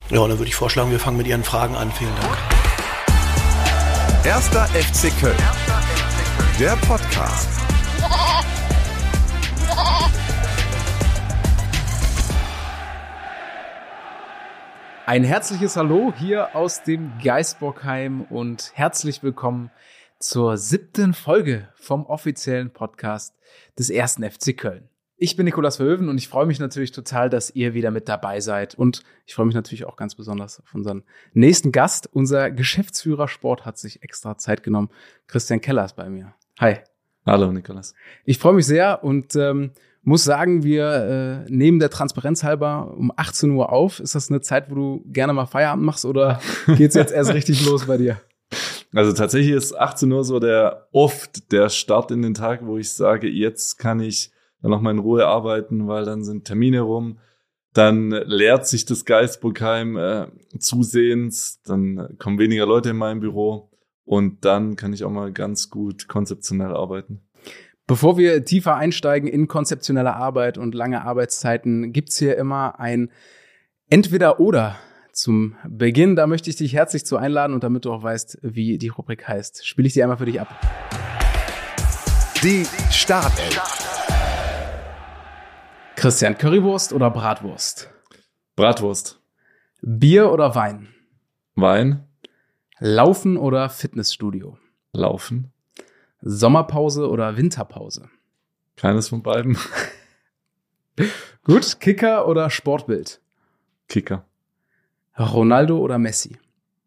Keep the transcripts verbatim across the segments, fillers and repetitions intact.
Ja, und dann würde ich vorschlagen, wir fangen mit Ihren Fragen an. Vielen Dank. Erster F C Köln. Der Podcast. Ein herzliches Hallo hier aus dem Geisbockheim und herzlich willkommen zur siebten Folge vom offiziellen Podcast des ersten F C Köln. Ich bin Nikolaus Verhoeven und ich freue mich natürlich total, dass ihr wieder mit dabei seid. Und ich freue mich natürlich auch ganz besonders auf unseren nächsten Gast. Unser Geschäftsführer Sport hat sich extra Zeit genommen. Christian Keller ist bei mir. Hi. Hallo Nikolaus. Ich freue mich sehr und ähm, muss sagen, wir äh, nehmen der Transparenz halber um achtzehn Uhr auf. Ist das eine Zeit, wo du gerne mal Feierabend machst oder geht's jetzt erst richtig los bei dir? Also tatsächlich ist achtzehn Uhr so der oft der Start in den Tag, wo ich sage, jetzt kann ich dann noch mal in Ruhe arbeiten, weil dann sind Termine rum, dann leert sich das Geisbockheim äh, zusehends, dann kommen weniger Leute in mein Büro und dann kann ich auch mal ganz gut konzeptionell arbeiten. Bevor wir tiefer einsteigen in konzeptionelle Arbeit und lange Arbeitszeiten, gibt's hier immer ein Entweder-Oder zum Beginn. Da möchte ich dich herzlich zu einladen und damit du auch weißt, wie die Rubrik heißt, spiele ich die einmal für dich ab. Die Startelf. Christian, Currywurst oder Bratwurst? Bratwurst. Bier oder Wein? Wein. Laufen oder Fitnessstudio? Laufen. Sommerpause oder Winterpause? Keines von beiden. Gut, Kicker oder Sportbild? Kicker. Ronaldo oder Messi?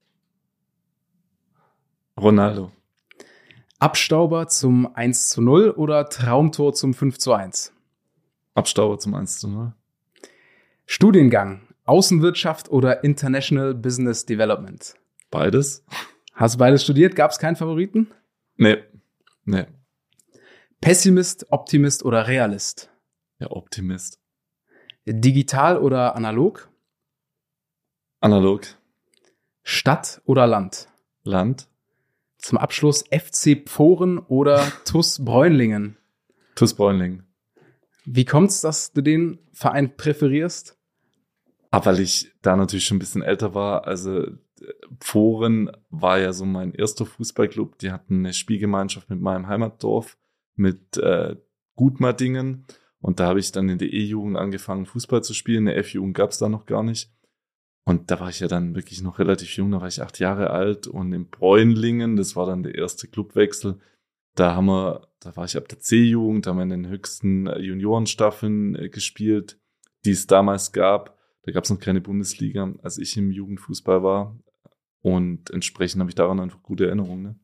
Ronaldo. Abstauber zum eins zu null oder Traumtor zum fünf zu eins? Abstauber zum eins zu null. Studiengang, Außenwirtschaft oder International Business Development? Beides. Hast du beides studiert? Gab es keinen Favoriten? Nee. Nee. Pessimist, Optimist oder Realist? Ja, Optimist. Digital oder analog? Analog. Stadt oder Land? Land. Zum Abschluss F C Pfohren oder T U S Bräunlingen? T U S Bräunlingen. Wie kommt's, dass du den Verein präferierst? Aber weil ich da natürlich schon ein bisschen älter war. Also Pfohren war ja so mein erster Fußballclub. Die hatten eine Spielgemeinschaft mit meinem Heimatdorf, mit äh, Gutmardingen. Und da habe ich dann in der E-Jugend angefangen, Fußball zu spielen. Eine F-Jugend gab es da noch gar nicht. Und da war ich ja dann wirklich noch relativ jung. Da war ich acht Jahre alt. Und in Bräunlingen, das war dann der erste Clubwechsel, da haben wir, da war ich ab der C-Jugend, da haben wir in den höchsten Juniorenstaffeln äh, gespielt, die es damals gab. Da gab es noch keine Bundesliga, als ich im Jugendfußball war. Und entsprechend habe ich daran einfach gute Erinnerungen. Ne?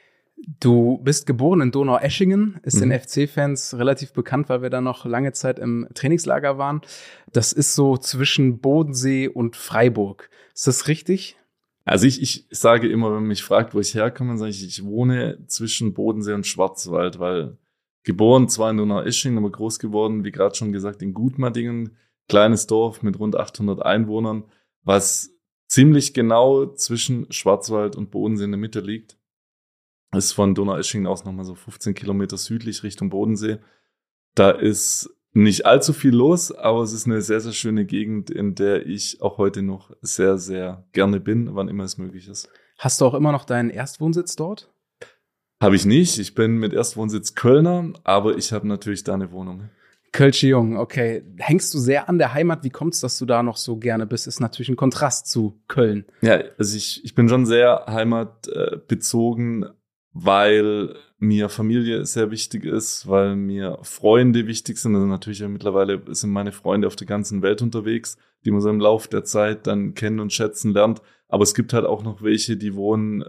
Du bist geboren in Donaueschingen, ist Mhm. den F C-Fans relativ bekannt, weil wir da noch lange Zeit im Trainingslager waren. Das ist so zwischen Bodensee und Freiburg. Ist das richtig? Also ich, ich sage immer, wenn man mich fragt, wo ich herkomme, dann sage ich, ich wohne zwischen Bodensee und Schwarzwald, weil geboren zwar in Donaueschingen, aber groß geworden, wie gerade schon gesagt, in Gutmardingen, kleines Dorf mit rund achthundert Einwohnern, was ziemlich genau zwischen Schwarzwald und Bodensee in der Mitte liegt. Das ist von Donaueschingen aus nochmal so fünfzehn Kilometer südlich Richtung Bodensee. Da ist nicht allzu viel los, aber es ist eine sehr, sehr schöne Gegend, in der ich auch heute noch sehr, sehr gerne bin, wann immer es möglich ist. Hast du auch immer noch deinen Erstwohnsitz dort? Habe ich nicht. Ich bin mit Erstwohnsitz Kölner, aber ich habe natürlich da eine Wohnung. Kölsche Jung, okay. Hängst du sehr an der Heimat? Wie kommt's, dass du da noch so gerne bist? Ist natürlich ein Kontrast zu Köln. Ja, also ich, ich bin schon sehr heimatbezogen, weil mir Familie sehr wichtig ist, weil mir Freunde wichtig sind. Also natürlich ja, mittlerweile sind meine Freunde auf der ganzen Welt unterwegs, die man so im Laufe der Zeit dann kennen und schätzen lernt. Aber es gibt halt auch noch welche, die wohnen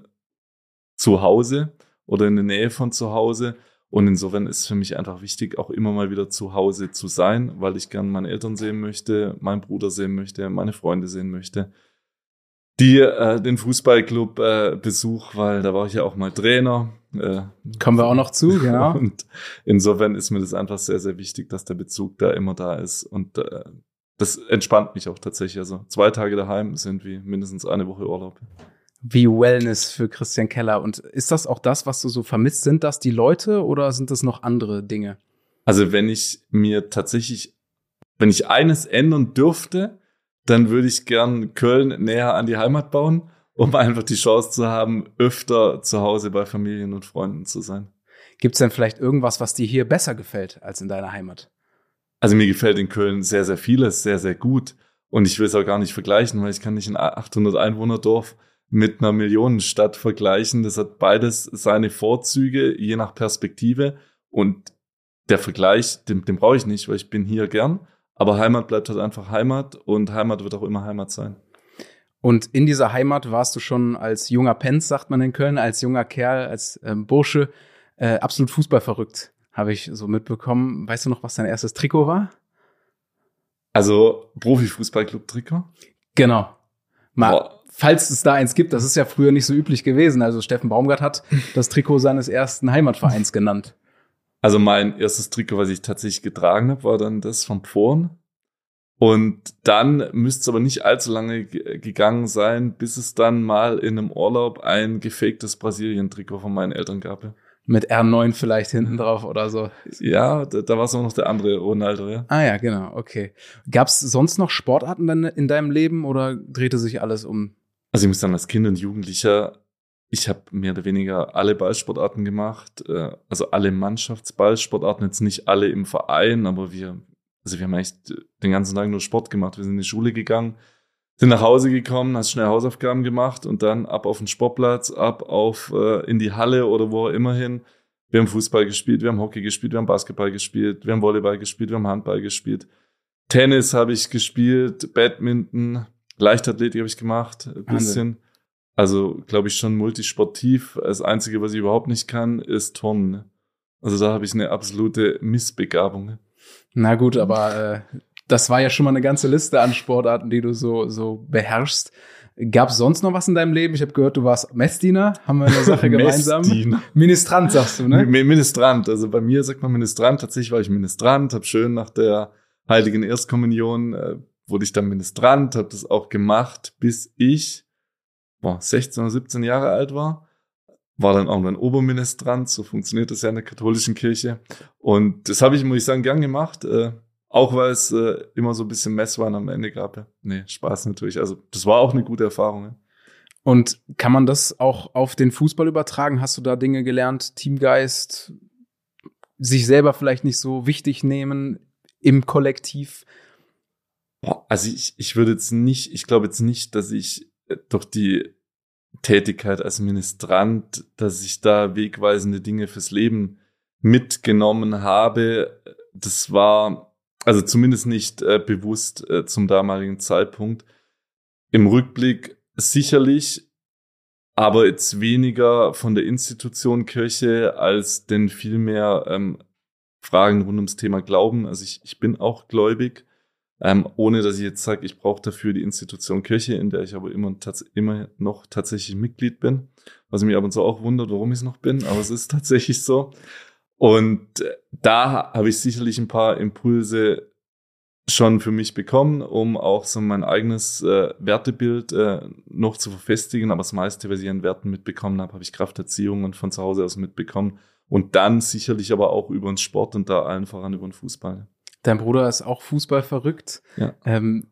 zu Hause oder in der Nähe von zu Hause. Und insofern ist es für mich einfach wichtig, auch immer mal wieder zu Hause zu sein, weil ich gerne meine Eltern sehen möchte, meinen Bruder sehen möchte, meine Freunde sehen möchte. Die äh, den Fußballclub äh, Besuch, weil da war ich ja auch mal Trainer. Äh, Kommen wir auch noch zu, genau. Und insofern ist mir das einfach sehr, sehr wichtig, dass der Bezug da immer da ist. Und äh, das entspannt mich auch tatsächlich. Also zwei Tage daheim sind wie mindestens eine Woche Urlaub. Wie Wellness für Christian Keller. Und ist das auch das, was du so vermisst? Sind das die Leute oder sind das noch andere Dinge? Also wenn ich mir tatsächlich, wenn ich eines ändern dürfte, dann würde ich gern Köln näher an die Heimat bauen, um einfach die Chance zu haben, öfter zu Hause bei Familien und Freunden zu sein. Gibt es denn vielleicht irgendwas, was dir hier besser gefällt als in deiner Heimat? Also mir gefällt in Köln sehr, sehr vieles, sehr, sehr gut. Und ich will es auch gar nicht vergleichen, weil ich kann nicht ein achthundert Einwohner Dorf mit einer Millionenstadt vergleichen. Das hat beides seine Vorzüge, je nach Perspektive. Und der Vergleich, den, den brauche ich nicht, weil ich bin hier gern. Aber Heimat bleibt halt einfach Heimat und Heimat wird auch immer Heimat sein. Und in dieser Heimat warst du schon als junger Penz, sagt man in Köln, als junger Kerl, als ähm, Bursche, äh, absolut fußballverrückt, habe ich so mitbekommen. Weißt du noch, was dein erstes Trikot war? Also Profifußballclub-Trikot? Genau. Mal, Boah. Falls es da eins gibt, das ist ja früher nicht so üblich gewesen. Also Steffen Baumgart hat das Trikot seines ersten Heimatvereins genannt. Also mein erstes Trikot, was ich tatsächlich getragen habe, war dann das vom Pfohren. Und dann müsste es aber nicht allzu lange g- gegangen sein, bis es dann mal in einem Urlaub ein gefaktes Brasilien-Trikot von meinen Eltern gab. Mit R neun vielleicht hinten drauf oder so. Ja, da, da war es auch noch der andere Ronaldo, ja. Ah ja, genau, okay. Gab es sonst noch Sportarten dann in deinem Leben oder drehte sich alles um? Also ich muss sagen, als Kind und Jugendlicher, ich habe mehr oder weniger alle Ballsportarten gemacht, äh, also alle Mannschaftsballsportarten, jetzt nicht alle im Verein, aber wir, also wir haben eigentlich den ganzen Tag nur Sport gemacht. Wir sind in die Schule gegangen, sind nach Hause gekommen, hast schnell Hausaufgaben gemacht und dann ab auf den Sportplatz, ab auf äh, in die Halle oder wo auch immer hin. Wir haben Fußball gespielt, wir haben Hockey gespielt, wir haben Basketball gespielt, wir haben Volleyball gespielt, wir haben Handball gespielt. Tennis habe ich gespielt, Badminton, Leichtathletik habe ich gemacht, ein bisschen. Wahnsinn. Also, glaube ich, schon multisportiv. Das Einzige, was ich überhaupt nicht kann, ist Turnen. Also da habe ich eine absolute Missbegabung. Na gut, aber äh, das war ja schon mal eine ganze Liste an Sportarten, die du so so beherrschst. Gab es sonst noch was in deinem Leben? Ich habe gehört, du warst Messdiener. Haben wir eine Sache gemeinsam? Messdiener. Ministrant, sagst du, ne? Mi- Ministrant. Also bei mir sagt man Ministrant. Tatsächlich war ich Ministrant, habe schön nach der Heiligen Erstkommunion äh, wurde ich dann Ministrant, habe das auch gemacht, bis ich boah, sechzehn oder siebzehn Jahre alt war. War dann irgendwann Oberministrant, so funktioniert das ja in der katholischen Kirche. Und das habe ich, muss ich sagen, gern gemacht, äh, auch weil es äh, immer so ein bisschen Messwein am Ende gab. Ja. Nee, Spaß natürlich. Also das war auch eine gute Erfahrung. Ja. Und kann man das auch auf den Fußball übertragen? Hast du da Dinge gelernt? Teamgeist, sich selber vielleicht nicht so wichtig nehmen im Kollektiv? Boah, also ich, ich würde jetzt nicht, ich glaube jetzt nicht, dass ich äh, durch die Tätigkeit als Ministrant, dass ich da wegweisende Dinge fürs Leben mitgenommen habe. Das war also zumindest nicht äh, bewusst äh, zum damaligen Zeitpunkt. Im Rückblick sicherlich, aber jetzt weniger von der Institution Kirche als denn vielmehr ähm, Fragen rund ums Thema Glauben. Also ich, ich bin auch gläubig. Ähm, ohne dass ich jetzt sage, ich brauche dafür die Institution Kirche, in der ich aber immer, tats- immer noch tatsächlich Mitglied bin. Was mich ab und zu auch wundert, warum ich es noch bin, aber es ist tatsächlich so. Und äh, da habe ich sicherlich ein paar Impulse schon für mich bekommen, um auch so mein eigenes äh, Wertebild äh, noch zu verfestigen. Aber das meiste, was ich an Werten mitbekommen habe, habe ich Krafterziehung und von zu Hause aus mitbekommen. Und dann sicherlich aber auch über den Sport und da allen voran über den Fußball. Dein Bruder ist auch Fußball verrückt. Ja. Ähm,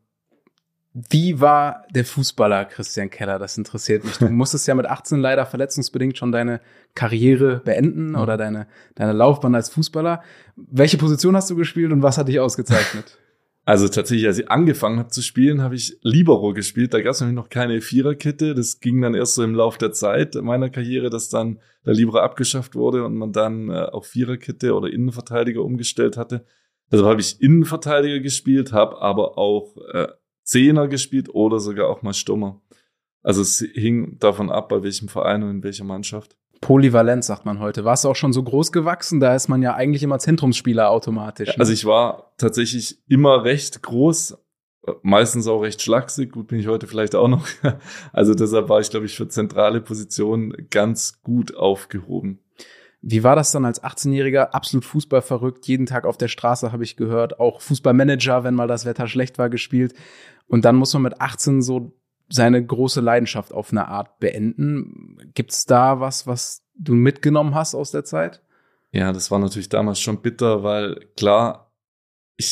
wie war der Fußballer Christian Keller? Das interessiert mich. Du musstest ja mit achtzehn leider verletzungsbedingt schon deine Karriere beenden Ja. oder deine, deine Laufbahn als Fußballer. Welche Position hast du gespielt und was hat dich ausgezeichnet? Also tatsächlich, als ich angefangen habe zu spielen, habe ich Libero gespielt. Da gab es nämlich noch keine Viererkette. Das ging dann erst so im Lauf der Zeit meiner Karriere, dass dann der Libero abgeschafft wurde und man dann äh, auf Viererkette oder Innenverteidiger umgestellt hatte. Deshalb habe ich Innenverteidiger gespielt, habe aber auch äh, Zehner gespielt oder sogar auch mal Stürmer. Also es hing davon ab, bei welchem Verein und in welcher Mannschaft. Polyvalent, sagt man heute. Warst du auch schon so groß gewachsen? Da ist man ja eigentlich immer Zentrumsspieler automatisch. Ne? Also ich war tatsächlich immer recht groß, meistens auch recht schlaksig. Gut, bin ich heute vielleicht auch noch. Also deshalb war ich, glaube ich, für zentrale Positionen ganz gut aufgehoben. Wie war das dann als achtzehnjähriger? Absolut fußballverrückt. Jeden Tag auf der Straße habe ich gehört. Auch Fußballmanager, wenn mal das Wetter schlecht war, gespielt. Und dann muss man mit achtzehn so seine große Leidenschaft auf eine Art beenden. Gibt's da was, was du mitgenommen hast aus der Zeit? Ja, das war natürlich damals schon bitter, weil klar, ich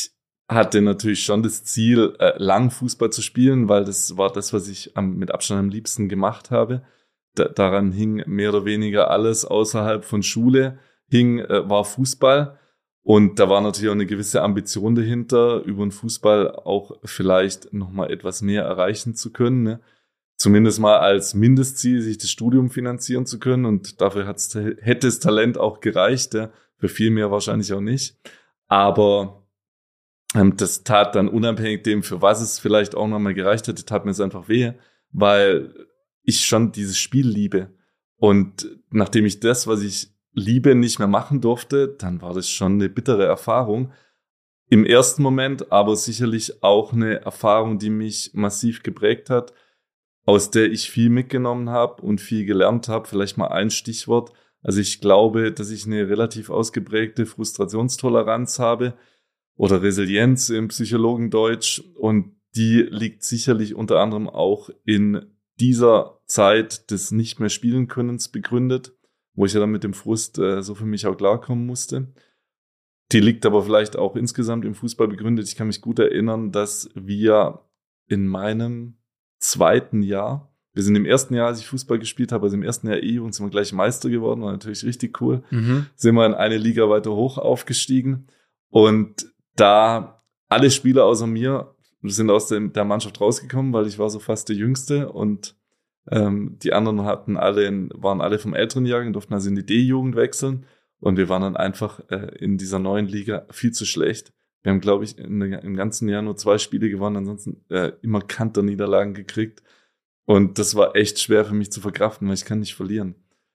hatte natürlich schon das Ziel, äh, lang Fußball zu spielen, weil das war das, was ich am, mit Abstand am liebsten gemacht habe. Da, daran hing mehr oder weniger alles außerhalb von Schule, hing, äh, war Fußball. Und da war natürlich auch eine gewisse Ambition dahinter, über den Fußball auch vielleicht nochmal etwas mehr erreichen zu können, ne? Zumindest mal als Mindestziel, sich das Studium finanzieren zu können. Und dafür hat's, hätte das Talent auch gereicht, ja? Für viel mehr wahrscheinlich auch nicht. Aber das tat dann unabhängig dem, für was es vielleicht auch nochmal gereicht hätte, tat mir es einfach weh, weil ich schon dieses Spiel liebe. Und nachdem ich das, was ich liebe, nicht mehr machen durfte, dann war das schon eine bittere Erfahrung. Im ersten Moment, aber sicherlich auch eine Erfahrung, die mich massiv geprägt hat, aus der ich viel mitgenommen habe und viel gelernt habe. Vielleicht mal ein Stichwort. Also ich glaube, dass ich eine relativ ausgeprägte Frustrationstoleranz habe, oder Resilienz im Psychologendeutsch, und die liegt sicherlich unter anderem auch in dieser Zeit des nicht mehr spielen Könnens begründet, wo ich ja dann mit dem Frust äh, so für mich auch klarkommen musste. Die liegt aber vielleicht auch insgesamt im Fußball begründet. Ich kann mich gut erinnern, dass wir in meinem zweiten Jahr, wir sind im ersten Jahr, als ich Fußball gespielt habe, also im ersten Jahr E-Jugend, sind wir gleich Meister geworden, war natürlich richtig cool. Mhm. Sind wir in eine Liga weiter hoch aufgestiegen, und da alle Spieler außer mir sind aus dem, der Mannschaft rausgekommen, weil ich war so fast der Jüngste, und ähm, die anderen hatten alle in, waren alle vom älteren Jahrgang, durften also in die D-Jugend wechseln, und wir waren dann einfach äh, in dieser neuen Liga viel zu schlecht. Wir haben, glaube ich, in, im ganzen Jahr nur zwei Spiele gewonnen, ansonsten äh, immer Kanterniederlagen gekriegt, und das war echt schwer für mich zu verkraften, weil ich kann nicht verlieren.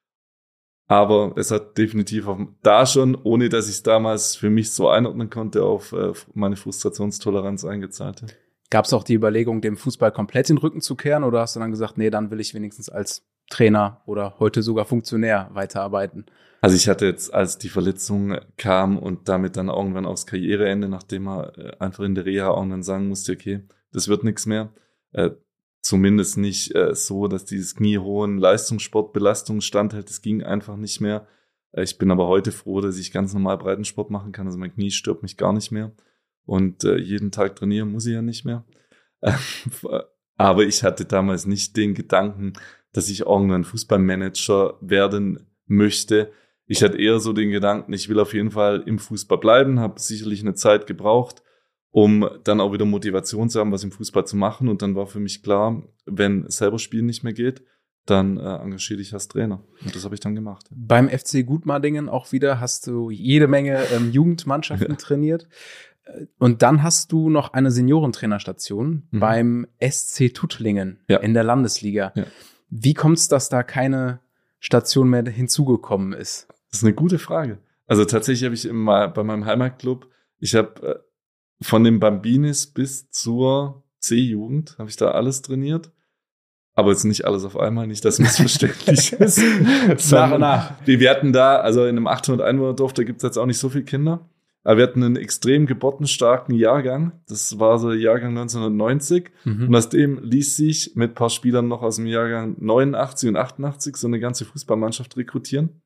Aber es hat definitiv auf, da schon, ohne dass ich es damals für mich so einordnen konnte, auf äh, meine Frustrationstoleranz eingezahlt. Gab es auch die Überlegung, dem Fußball komplett den Rücken zu kehren, oder hast du dann gesagt, nee, dann will ich wenigstens als Trainer oder heute sogar Funktionär weiterarbeiten? Also ich hatte jetzt, als die Verletzung kam und damit dann irgendwann aufs Karriereende, nachdem er äh, einfach in der Reha auch dann sagen musste, okay, das wird nichts mehr, äh, zumindest nicht äh, so, dass dieses kniehohen Leistungssportbelastung standhält. Das ging einfach nicht mehr. Äh, ich bin aber heute froh, dass ich ganz normal Breitensport machen kann. Also mein Knie stört mich gar nicht mehr. Und äh, jeden Tag trainieren muss ich ja nicht mehr. Äh, aber ich hatte damals nicht den Gedanken, dass ich irgendwann Fußballmanager werden möchte. Ich hatte eher so den Gedanken, ich will auf jeden Fall im Fußball bleiben, habe sicherlich eine Zeit gebraucht, um dann auch wieder Motivation zu haben, was im Fußball zu machen. Und dann war für mich klar, wenn selber Spielen nicht mehr geht, dann äh, engagiere dich als Trainer. Und das habe ich dann gemacht. Beim F C Gutmardingen auch wieder hast du jede Menge ähm, Jugendmannschaften ja. trainiert. Und dann hast du noch eine Seniorentrainerstation mhm. beim S C Tuttlingen ja. in der Landesliga. Ja. Wie kommt es, dass da keine Station mehr hinzugekommen ist? Das ist eine gute Frage. Also tatsächlich habe ich immer bei meinem Heimatclub, ich habe äh, von den Bambinis bis zur C-Jugend habe ich da alles trainiert. Aber jetzt nicht alles auf einmal, nicht, dass missverständlich ist. Nach und nach. Wir hatten da, also in einem achthundert Einwohner-Dorf, da gibt es jetzt auch nicht so viele Kinder. Aber wir hatten einen extrem geburtenstarken Jahrgang. Das war so der Jahrgang neunzehnhundertneunzig. Mhm. Und aus dem ließ sich mit ein paar Spielern noch aus dem Jahrgang neunundachtzig und achtundachtzig so eine ganze Fußballmannschaft rekrutieren.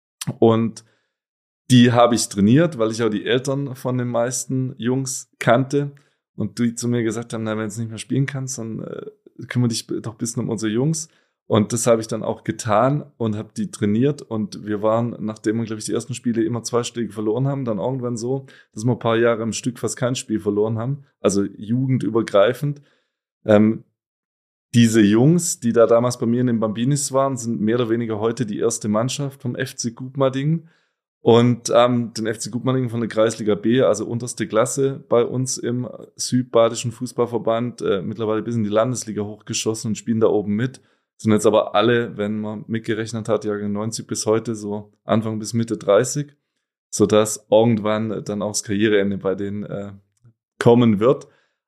Und die habe ich trainiert, weil ich auch die Eltern von den meisten Jungs kannte. Und die zu mir gesagt haben, na, wenn du nicht mehr spielen kannst, dann äh, kümmere dich doch ein bisschen um unsere Jungs. Und das habe ich dann auch getan und habe die trainiert. Und wir waren, nachdem wir, glaube ich, die ersten Spiele immer zwei Schläge verloren haben, dann irgendwann so, dass wir ein paar Jahre am Stück fast kein Spiel verloren haben. Also jugendübergreifend. Ähm, diese Jungs, die da damals bei mir in den Bambinis waren, sind mehr oder weniger heute die erste Mannschaft vom F C Gutmardingen. Und ähm, den F C Gutmardingen von der Kreisliga B, also unterste Klasse bei uns im Südbadischen Fußballverband, äh, mittlerweile bis in die Landesliga hochgeschossen und spielen da oben mit. Sind jetzt aber alle, wenn man mitgerechnet hat, Jahrgang neunzig bis heute, so Anfang bis Mitte dreißig, sodass irgendwann dann auch das Karriereende bei denen äh, kommen wird.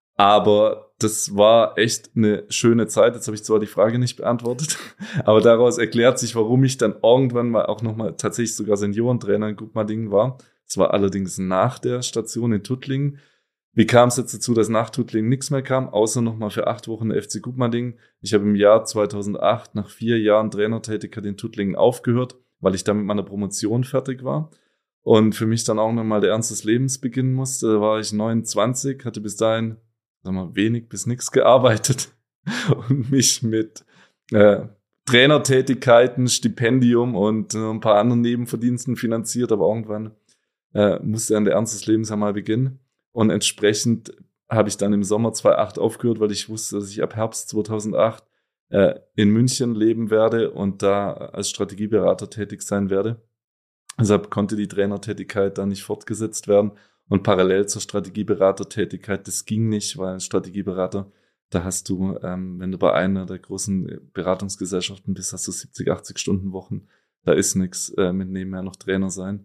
Aber das war echt eine schöne Zeit. Jetzt habe ich zwar die Frage nicht beantwortet, aber daraus erklärt sich, warum ich dann irgendwann mal auch nochmal tatsächlich sogar Seniorentrainer in Gutmardingen war. Das war allerdings nach der Station in Tuttlingen. Wie kam es jetzt dazu, dass nach Tuttlingen nichts mehr kam, außer nochmal für acht Wochen der F C Gutmardingen? Ich habe im Jahr zweitausendacht nach vier Jahren Trainertätigkeit in Tuttlingen aufgehört, weil ich da mit meiner Promotion fertig war. und für mich dann auch nochmal der Ernst des Lebens beginnen musste. Da war ich neunundzwanzig, hatte bis dahin, sagen wir mal, wenig bis nichts gearbeitet und mich mit äh, Trainertätigkeiten, Stipendium und äh, ein paar anderen Nebenverdiensten finanziert, aber irgendwann äh, musste dann der Ernst des Lebens einmal beginnen. Und entsprechend habe ich dann im Sommer zweitausendacht aufgehört, weil ich wusste, dass ich ab Herbst zweitausendacht äh, in München leben werde und da als Strategieberater tätig sein werde. Deshalb konnte die Trainertätigkeit dann nicht fortgesetzt werden. Und parallel zur Strategieberatertätigkeit, das ging nicht, weil ein Strategieberater, da hast du, ähm, wenn du bei einer der großen Beratungsgesellschaften bist, hast du siebzig, achtzig Stunden Wochen. Da ist nichts äh, mit nebenher noch Trainer sein.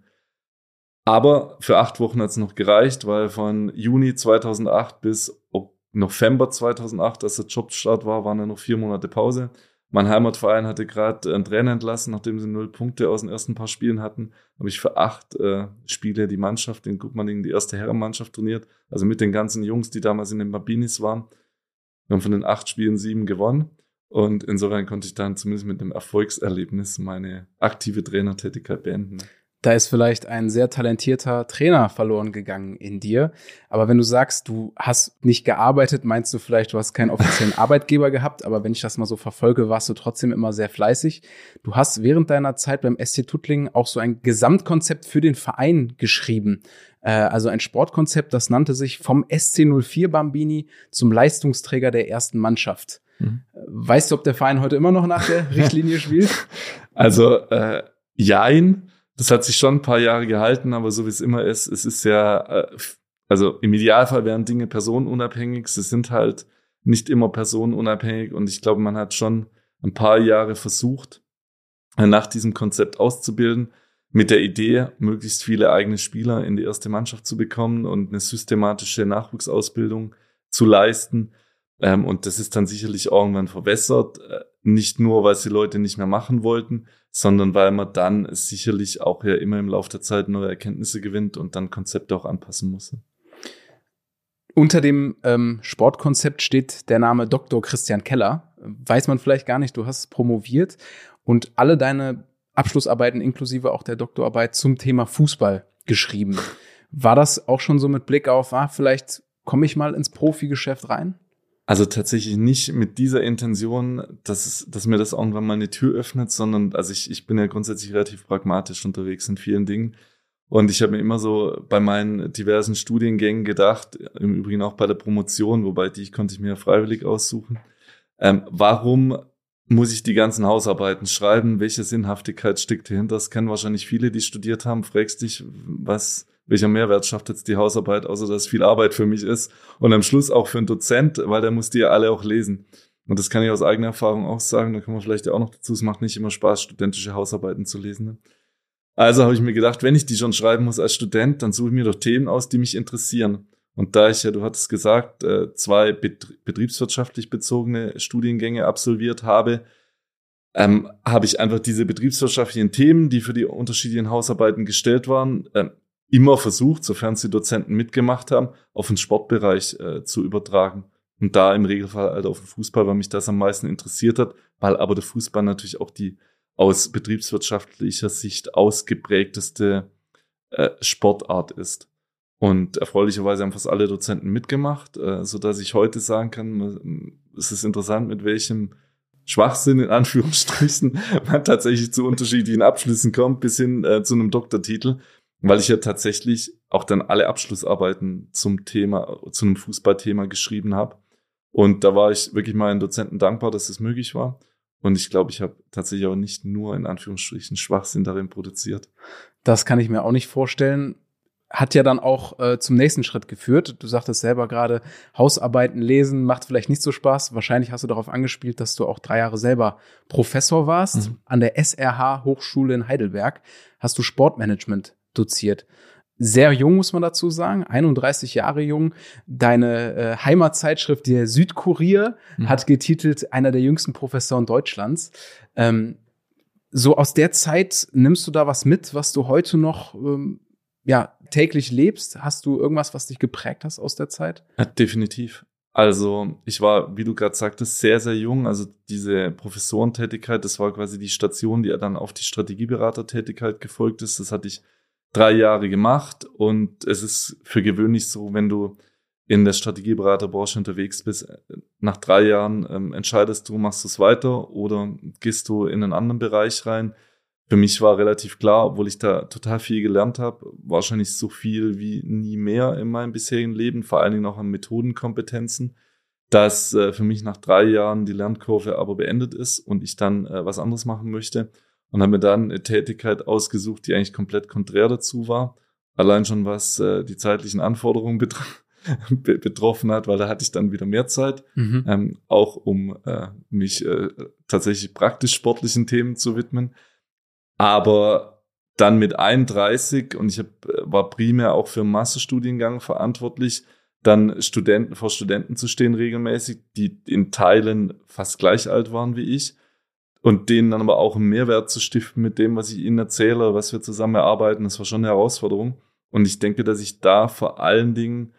Aber für acht Wochen hat es noch gereicht, weil von Juni zweitausendacht bis November zweitausendacht, als der Jobstart war, waren ja noch vier Monate Pause. Mein Heimatverein hatte gerade einen Trainer entlassen, nachdem sie null Punkte aus den ersten paar Spielen hatten. Habe ich für acht äh, Spiele die Mannschaft in Gutmaningen, die erste Herrenmannschaft trainiert. Also mit den ganzen Jungs, die damals in den Barbinis waren. Wir haben von den acht Spielen sieben gewonnen. Und insofern konnte ich dann zumindest mit einem Erfolgserlebnis meine aktive Trainertätigkeit beenden. Da ist vielleicht ein sehr talentierter Trainer verloren gegangen in dir. Aber wenn du sagst, du hast nicht gearbeitet, meinst du vielleicht, du hast keinen offiziellen Arbeitgeber gehabt. Aber wenn ich das mal so verfolge, warst du trotzdem immer sehr fleißig. Du hast während deiner Zeit beim S C Tuttlingen auch so ein Gesamtkonzept für den Verein geschrieben. Äh, also ein Sportkonzept, das nannte sich vom S C null vier Bambini zum Leistungsträger der ersten Mannschaft. Mhm. Weißt du, ob der Verein heute immer noch nach der Richtlinie spielt? Also, äh, jein. Das hat sich schon ein paar Jahre gehalten, aber so wie es immer ist, es ist ja, also im Idealfall wären Dinge personenunabhängig, sie sind halt nicht immer personenunabhängig und ich glaube, man hat schon ein paar Jahre versucht, nach diesem Konzept auszubilden, mit der Idee, möglichst viele eigene Spieler in die erste Mannschaft zu bekommen und eine systematische Nachwuchsausbildung zu leisten. Und das ist dann sicherlich irgendwann verwässert, nicht nur, weil es die Leute nicht mehr machen wollten, sondern weil man dann sicherlich auch ja immer im Laufe der Zeit neue Erkenntnisse gewinnt und dann Konzepte auch anpassen muss. Unter dem ähm, Sportkonzept steht der Name Doktor Christian Keller. Weiß man vielleicht gar nicht, du hast promoviert und alle deine Abschlussarbeiten inklusive auch der Doktorarbeit zum Thema Fußball geschrieben. War das auch schon so mit Blick auf, ah, vielleicht komme ich mal ins Profigeschäft rein? Also tatsächlich nicht mit dieser Intention, dass, es, dass mir das irgendwann mal eine Tür öffnet, sondern also ich, ich bin ja grundsätzlich relativ pragmatisch unterwegs in vielen Dingen. Und ich habe mir immer so bei meinen diversen Studiengängen gedacht, im Übrigen auch bei der Promotion, wobei die konnte ich mir freiwillig aussuchen, ähm, warum muss ich die ganzen Hausarbeiten schreiben? Welche Sinnhaftigkeit steckt dahinter? Das kennen wahrscheinlich viele, die studiert haben. Fragst dich, was... welcher Mehrwert schafft jetzt die Hausarbeit, außer dass es viel Arbeit für mich ist und am Schluss auch für einen Dozent, weil der muss die ja alle auch lesen. Und das kann ich aus eigener Erfahrung auch sagen, da kann man vielleicht ja auch noch dazu, es macht nicht immer Spaß, studentische Hausarbeiten zu lesen. Ne? Also habe ich mir gedacht, wenn ich die schon schreiben muss als Student, dann suche ich mir doch Themen aus, die mich interessieren. Und da ich ja, du hattest gesagt, zwei betriebswirtschaftlich bezogene Studiengänge absolviert habe, ähm, habe ich einfach diese betriebswirtschaftlichen Themen, die für die unterschiedlichen Hausarbeiten gestellt waren, ähm, immer versucht, sofern es die Dozenten mitgemacht haben, auf den Sportbereich äh, zu übertragen. Und da im Regelfall halt auf den Fußball, weil mich das am meisten interessiert hat, weil aber der Fußball natürlich auch die aus betriebswirtschaftlicher Sicht ausgeprägteste äh, Sportart ist. Und erfreulicherweise haben fast alle Dozenten mitgemacht, äh, so dass ich heute sagen kann, es ist interessant, mit welchem Schwachsinn in Anführungsstrichen man tatsächlich zu unterschiedlichen Abschlüssen kommt, bis hin äh, zu einem Doktortitel. Weil ich ja tatsächlich auch dann alle Abschlussarbeiten zum Thema, zu einem Fußballthema geschrieben habe. Und da war ich wirklich meinen Dozenten dankbar, dass es möglich war. Und ich glaube, ich habe tatsächlich auch nicht nur in Anführungsstrichen Schwachsinn darin produziert. Das kann ich mir auch nicht vorstellen. Hat ja dann auch äh, zum nächsten Schritt geführt. Du sagtest selber gerade, Hausarbeiten lesen macht vielleicht nicht so Spaß. Wahrscheinlich hast du darauf angespielt, dass du auch drei Jahre selber Professor warst. Mhm. An der S R H-Hochschule in Heidelberg hast du Sportmanagement doziert. Sehr jung, muss man dazu sagen, einunddreißig Jahre jung. Deine äh, Heimatzeitschrift, der Südkurier, mhm. hat getitelt, einer der jüngsten Professoren Deutschlands. Ähm, so aus der Zeit nimmst du da was mit, was du heute noch ähm, ja, täglich lebst? Hast du irgendwas, was dich geprägt hast aus der Zeit? Ja, definitiv. Also ich war, wie du gerade sagtest, sehr, sehr jung. Also diese Professorentätigkeit, das war quasi die Station, die dann auf die Strategieberatertätigkeit gefolgt ist. Das hatte ich drei Jahre gemacht und es ist für gewöhnlich so, wenn du in der Strategieberaterbranche unterwegs bist, nach drei Jahren ähm, entscheidest du, machst du es weiter oder gehst du in einen anderen Bereich rein. Für mich war relativ klar, obwohl ich da total viel gelernt habe, wahrscheinlich so viel wie nie mehr in meinem bisherigen Leben, vor allen Dingen auch an Methodenkompetenzen, dass äh, für mich nach drei Jahren die Lernkurve aber beendet ist und ich dann äh, was anderes machen möchte und habe mir dann eine Tätigkeit ausgesucht, die eigentlich komplett konträr dazu war, allein schon was äh, die zeitlichen Anforderungen betrifft. betroffen hat, weil da hatte ich dann wieder mehr Zeit, mhm. ähm, auch um äh, mich äh, tatsächlich praktisch sportlichen Themen zu widmen. Aber dann mit einunddreißig und ich hab, war primär auch für einen Masterstudiengang verantwortlich, dann Studenten vor Studenten zu stehen regelmäßig, die in Teilen fast gleich alt waren wie ich und denen dann aber auch einen Mehrwert zu stiften mit dem, was ich ihnen erzähle, was wir zusammen erarbeiten. Das war schon eine Herausforderung. Und ich denke, dass ich da vor allen Dingen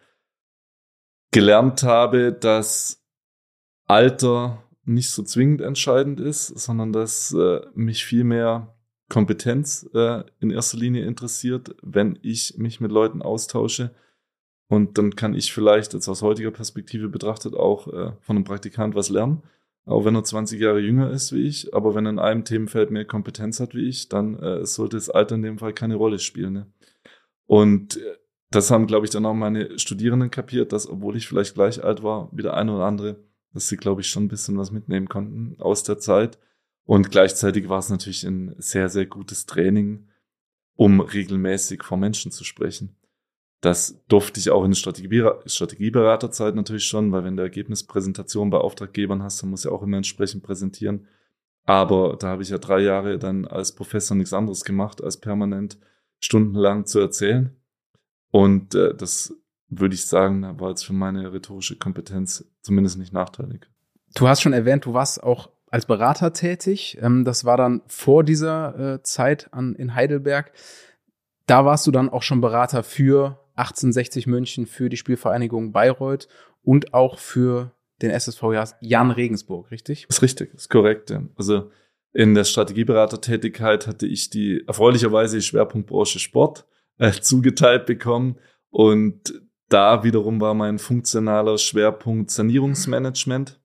gelernt habe, dass Alter nicht so zwingend entscheidend ist, sondern dass äh, mich viel mehr Kompetenz äh, in erster Linie interessiert, wenn ich mich mit Leuten austausche. Und dann kann ich vielleicht jetzt aus heutiger Perspektive betrachtet auch äh, von einem Praktikant was lernen, auch wenn er zwanzig Jahre jünger ist wie ich. Aber wenn er in einem Themenfeld mehr Kompetenz hat wie ich, dann äh, sollte das Alter in dem Fall keine Rolle spielen. Ne? Und äh, das haben, glaube ich, dann auch meine Studierenden kapiert, dass, obwohl ich vielleicht gleich alt war wie der eine oder andere, dass sie, glaube ich, schon ein bisschen was mitnehmen konnten aus der Zeit. Und gleichzeitig war es natürlich ein sehr, sehr gutes Training, um regelmäßig vor Menschen zu sprechen. Das durfte ich auch in der Strategieber- Strategieberaterzeit natürlich schon, weil wenn du Ergebnispräsentation bei Auftraggebern hast, dann musst du ja auch immer entsprechend präsentieren. Aber da habe ich ja drei Jahre dann als Professor nichts anderes gemacht, als permanent stundenlang zu erzählen. Und äh, das würde ich sagen, war jetzt für meine rhetorische Kompetenz zumindest nicht nachteilig. Du hast schon erwähnt, du warst auch als Berater tätig. Ähm, das war dann vor dieser äh, Zeit an, in Heidelberg. Da warst du dann auch schon Berater für achtzehnhundertsechzig München, für die Spielvereinigung Bayreuth und auch für den S S V Jahn Regensburg, richtig? Das ist richtig, das ist korrekt. Ja. Also in der Strategieberatertätigkeit hatte ich die erfreulicherweise die Schwerpunktbranche Sport äh, zugeteilt bekommen und da wiederum war mein funktionaler Schwerpunkt Sanierungsmanagement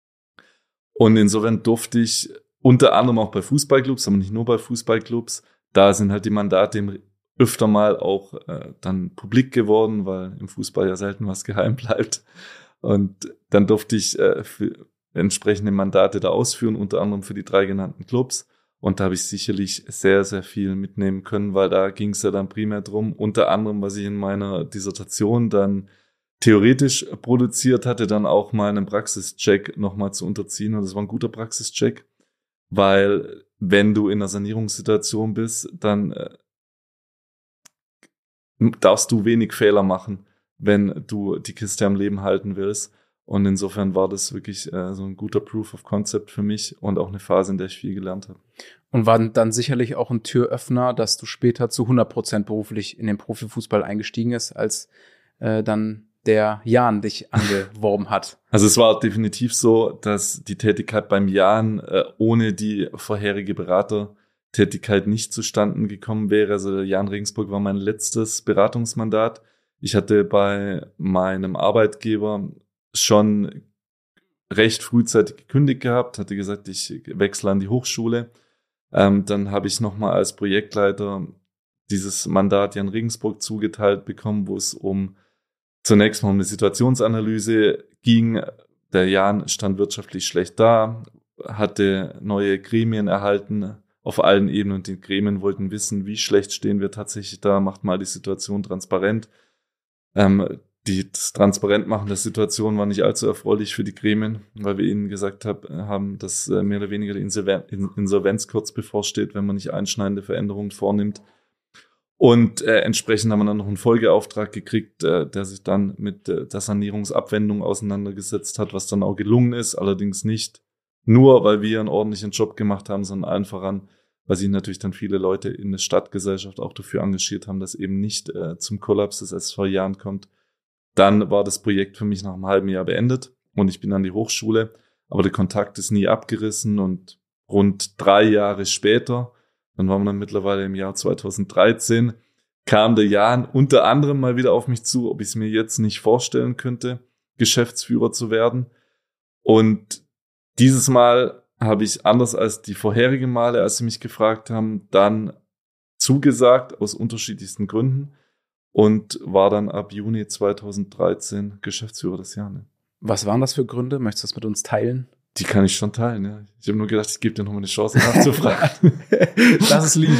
und insofern durfte ich unter anderem auch bei Fußballclubs, aber nicht nur bei Fußballclubs, da sind halt die Mandate öfter mal auch äh, dann publik geworden, weil im Fußball ja selten was geheim bleibt und dann durfte ich äh, für entsprechende Mandate da ausführen, unter anderem für die drei genannten Clubs. Und da habe ich sicherlich sehr, sehr viel mitnehmen können, weil da ging es ja dann primär drum, unter anderem, was ich in meiner Dissertation dann theoretisch produziert hatte, dann auch mal einen Praxischeck nochmal zu unterziehen. Und das war ein guter Praxischeck, weil wenn du in einer Sanierungssituation bist, dann äh, darfst du wenig Fehler machen, wenn du die Kiste am Leben halten willst. Und insofern war das wirklich äh, so ein guter Proof of Concept für mich und auch eine Phase, in der ich viel gelernt habe. Und war dann sicherlich auch ein Türöffner, dass du später zu hundert Prozent beruflich in den Profifußball eingestiegen ist, als äh, dann der Jahn dich angeworben hat. Also es war definitiv so, dass die Tätigkeit beim Jahn äh, ohne die vorherige Beratertätigkeit nicht zustande gekommen wäre. Also der Jahn Regensburg war mein letztes Beratungsmandat. Ich hatte bei meinem Arbeitgeber schon recht frühzeitig gekündigt gehabt, hatte gesagt, ich wechsle an die Hochschule. Ähm, dann habe ich nochmal als Projektleiter dieses Mandat Jahn Regensburg zugeteilt bekommen, wo es um zunächst mal um eine Situationsanalyse ging. Der Jahn stand wirtschaftlich schlecht da, hatte neue Gremien erhalten auf allen Ebenen und die Gremien wollten wissen, wie schlecht stehen wir tatsächlich da, macht mal die Situation transparent. Ähm, Die, das Transparentmachen der Situation war nicht allzu erfreulich für die Gremien, weil wir ihnen gesagt hab, haben, dass äh, mehr oder weniger die Insolven- Insolvenz kurz bevorsteht, wenn man nicht einschneidende Veränderungen vornimmt. Und äh, entsprechend haben wir dann noch einen Folgeauftrag gekriegt, äh, der sich dann mit äh, der Sanierungsabwendung auseinandergesetzt hat, was dann auch gelungen ist, allerdings nicht nur, weil wir einen ordentlichen Job gemacht haben, sondern allen voran, weil sich natürlich dann viele Leute in der Stadtgesellschaft auch dafür engagiert haben, dass eben nicht äh, zum Kollaps des S S V Jahn kommt. Dann war das Projekt für mich nach einem halben Jahr beendet und ich bin an die Hochschule, aber der Kontakt ist nie abgerissen und rund drei Jahre später, dann waren wir dann mittlerweile im Jahr zweitausenddreizehn, kam der Jan unter anderem mal wieder auf mich zu, ob ich es mir jetzt nicht vorstellen könnte, Geschäftsführer zu werden. Und dieses Mal habe ich, anders als die vorherigen Male, als sie mich gefragt haben, dann zugesagt, aus unterschiedlichsten Gründen, und war dann ab Juni zweitausenddreizehn Geschäftsführer des Jan. Was waren das für Gründe? Möchtest du das mit uns teilen? Die kann ich schon teilen, ja. Ich habe nur gedacht, ich gebe dir nochmal eine Chance nachzufragen. Das ist lieb.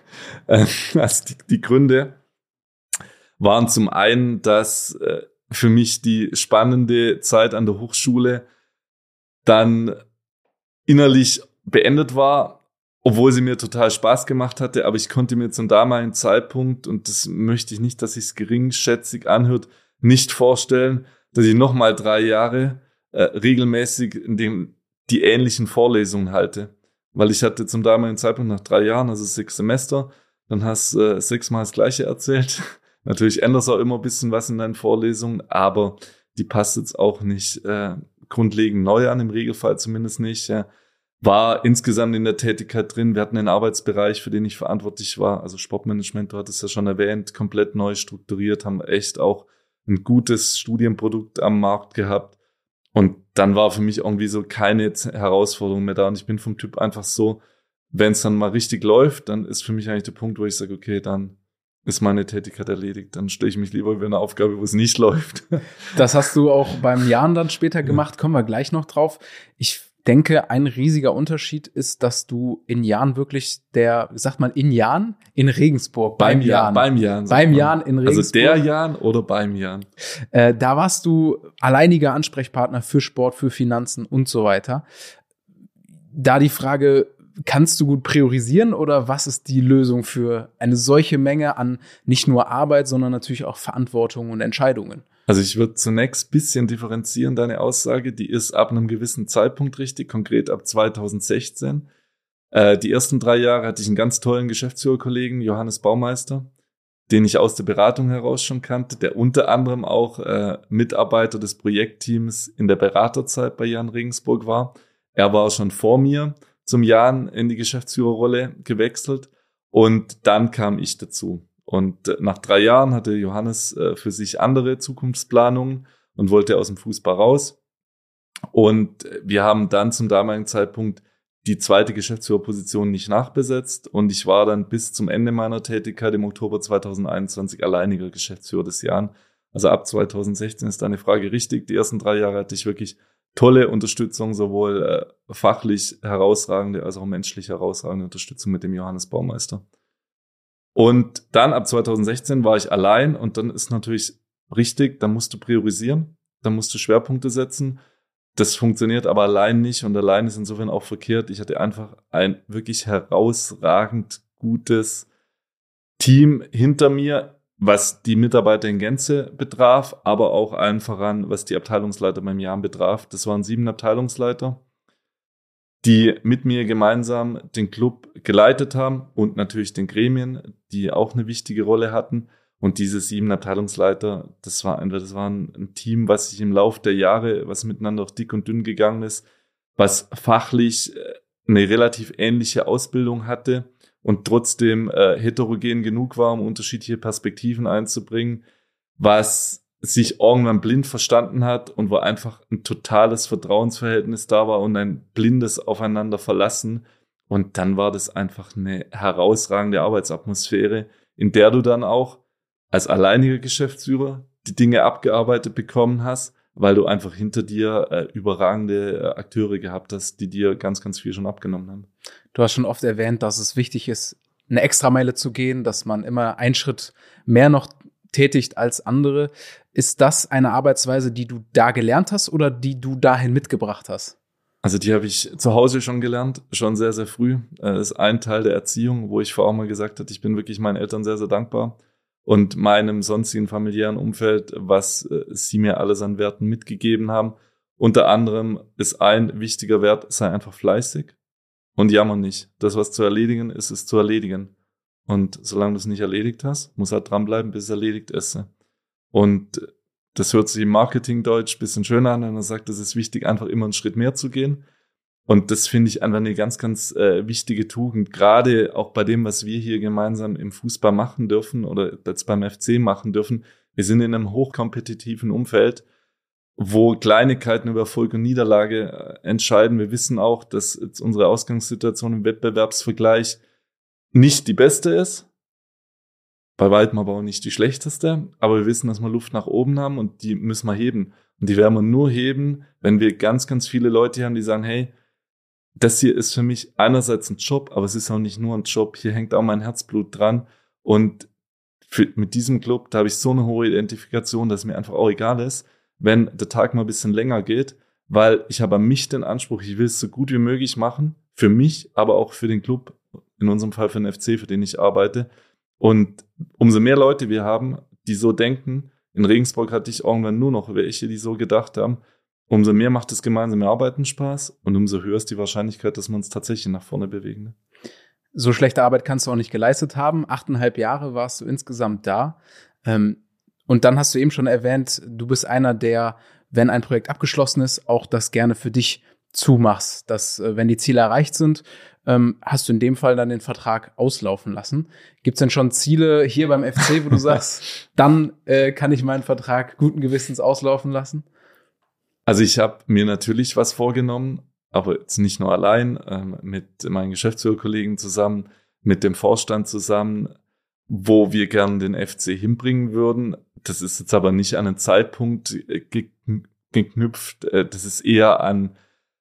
Also die, die Gründe waren zum einen, dass äh, für mich die spannende Zeit an der Hochschule dann innerlich beendet war, obwohl sie mir total Spaß gemacht hatte, aber ich konnte mir zum damaligen Zeitpunkt, und das möchte ich nicht, dass sich es geringschätzig anhört, nicht vorstellen, dass ich nochmal drei Jahre äh, regelmäßig in dem, die ähnlichen Vorlesungen halte. Weil ich hatte zum damaligen Zeitpunkt nach drei Jahren, also sechs Semester, dann hast du äh, sechsmal das Gleiche erzählt. Natürlich änderst du auch immer ein bisschen was in deinen Vorlesungen, aber die passt jetzt auch nicht äh, grundlegend neu an, im Regelfall zumindest nicht. Ja. War insgesamt in der Tätigkeit drin. Wir hatten einen Arbeitsbereich, für den ich verantwortlich war, also Sportmanagement, du hattest ja schon erwähnt, komplett neu strukturiert, haben echt auch ein gutes Studienprodukt am Markt gehabt. Und dann war für mich irgendwie so keine Herausforderung mehr da. Und ich bin vom Typ einfach so, wenn es dann mal richtig läuft, dann ist für mich eigentlich der Punkt, wo ich sage, okay, dann ist meine Tätigkeit erledigt. Dann stelle ich mich lieber über eine Aufgabe, wo es nicht läuft. Das hast du auch beim Jan dann später gemacht, kommen wir gleich noch drauf. Ich denke, ein riesiger Unterschied ist, dass du in Jan wirklich der, sagt man in Jan? In Regensburg. Beim, beim Jan. Beim Jan. Beim Jan in Regensburg. Also der Jan oder beim Jan. Äh, da warst du alleiniger Ansprechpartner für Sport, für Finanzen und so weiter. Da die Frage, kannst du gut priorisieren oder was ist die Lösung für eine solche Menge an nicht nur Arbeit, sondern natürlich auch Verantwortung und Entscheidungen? Also ich würde zunächst ein bisschen differenzieren, deine Aussage, die ist ab einem gewissen Zeitpunkt richtig, konkret ab zweitausendsechzehn. Äh, die ersten drei Jahre hatte ich einen ganz tollen Geschäftsführerkollegen, Johannes Baumeister, den ich aus der Beratung heraus schon kannte, der unter anderem auch äh, Mitarbeiter des Projektteams in der Beraterzeit bei Jan Regensburg war. Er war schon vor mir zum Jan in die Geschäftsführerrolle gewechselt und dann kam ich dazu. Und nach drei Jahren hatte Johannes äh, für sich andere Zukunftsplanungen und wollte aus dem Fußball raus. Und wir haben dann zum damaligen Zeitpunkt die zweite Geschäftsführerposition nicht nachbesetzt. Und ich war dann bis zum Ende meiner Tätigkeit im Oktober zweitausendeinundzwanzig alleiniger Geschäftsführer des Jan. Also ab zweitausendsechzehn ist deine Frage richtig. Die ersten drei Jahre hatte ich wirklich tolle Unterstützung, sowohl äh, fachlich herausragende als auch menschlich herausragende Unterstützung mit dem Johannes Baumeister. Und dann ab zweitausendsechzehn war ich allein und dann ist natürlich richtig, dann musst du priorisieren, dann musst du Schwerpunkte setzen. Das funktioniert aber allein nicht und allein ist insofern auch verkehrt. Ich hatte einfach ein wirklich herausragend gutes Team hinter mir, was die Mitarbeiter in Gänze betraf, aber auch allen voran, was die Abteilungsleiter beim Jan betraf. Das waren sieben Abteilungsleiter, die mit mir gemeinsam den Club geleitet haben und natürlich den Gremien, die auch eine wichtige Rolle hatten. Und diese sieben Abteilungsleiter, das war einfach, das war ein Team, was sich im Laufe der Jahre, was miteinander auch dick und dünn gegangen ist, was fachlich eine relativ ähnliche Ausbildung hatte und trotzdem äh, heterogen genug war, um unterschiedliche Perspektiven einzubringen, was sich irgendwann blind verstanden hat und wo einfach ein totales Vertrauensverhältnis da war und ein blindes Aufeinander verlassen. Und dann war das einfach eine herausragende Arbeitsatmosphäre, in der du dann auch als alleiniger Geschäftsführer die Dinge abgearbeitet bekommen hast, weil du einfach hinter dir äh, überragende äh, Akteure gehabt hast, die dir ganz, ganz viel schon abgenommen haben. Du hast schon oft erwähnt, dass es wichtig ist, eine Extrameile zu gehen, dass man immer einen Schritt mehr noch tätigt als andere. Ist das eine Arbeitsweise, die du da gelernt hast oder die du dahin mitgebracht hast? Also die habe ich zu Hause schon gelernt, schon sehr, sehr früh. Das ist ein Teil der Erziehung, wo ich vorher auch mal gesagt habe, ich bin wirklich meinen Eltern sehr, sehr dankbar und meinem sonstigen familiären Umfeld, was sie mir alles an Werten mitgegeben haben. Unter anderem ist ein wichtiger Wert, sei einfach fleißig und jammer nicht. Das, was zu erledigen ist, ist zu erledigen. Und solange du es nicht erledigt hast, muss halt dranbleiben, bis es erledigt ist. Und das hört sich im Marketingdeutsch ein bisschen schöner an, wenn man sagt, es ist wichtig, einfach immer einen Schritt mehr zu gehen. Und das finde ich einfach eine ganz, ganz äh, wichtige Tugend, gerade auch bei dem, was wir hier gemeinsam im Fußball machen dürfen oder jetzt beim F C machen dürfen. Wir sind in einem hochkompetitiven Umfeld, wo Kleinigkeiten über Erfolg und Niederlage äh, entscheiden. Wir wissen auch, dass jetzt unsere Ausgangssituation im Wettbewerbsvergleich nicht die beste ist, bei weitem aber auch nicht die schlechteste, aber wir wissen, dass wir Luft nach oben haben und die müssen wir heben. Und die werden wir nur heben, wenn wir ganz, ganz viele Leute haben, die sagen, hey, das hier ist für mich einerseits ein Job, aber es ist auch nicht nur ein Job. Hier hängt auch mein Herzblut dran. Und für, mit diesem Club, da habe ich so eine hohe Identifikation, dass es mir einfach auch egal ist, wenn der Tag mal ein bisschen länger geht, weil ich habe an mich den Anspruch, ich will es so gut wie möglich machen, für mich, aber auch für den Club, in unserem Fall für den F C, für den ich arbeite. Und umso mehr Leute wir haben, die so denken, in Regensburg hatte ich irgendwann nur noch welche, die so gedacht haben, umso mehr macht das gemeinsame Arbeiten Spaß und umso höher ist die Wahrscheinlichkeit, dass wir uns tatsächlich nach vorne bewegen. Ne? So schlechte Arbeit kannst du auch nicht geleistet haben. Achteinhalb Jahre warst du insgesamt da. Ähm, und dann hast du eben schon erwähnt, du bist einer, der, wenn ein Projekt abgeschlossen ist, auch das gerne für dich zumachst. Dass, äh, wenn die Ziele erreicht sind, ähm, hast du in dem Fall dann den Vertrag auslaufen lassen. Gibt es denn schon Ziele hier beim F C, wo du sagst, dann äh, kann ich meinen Vertrag guten Gewissens auslaufen lassen? Also ich habe mir natürlich was vorgenommen, aber jetzt nicht nur allein, ähm, mit meinen Geschäftsführerkollegen zusammen, mit dem Vorstand zusammen, wo wir gerne den F C hinbringen würden. Das ist jetzt aber nicht an einen Zeitpunkt ge- geknüpft, äh, das ist eher an,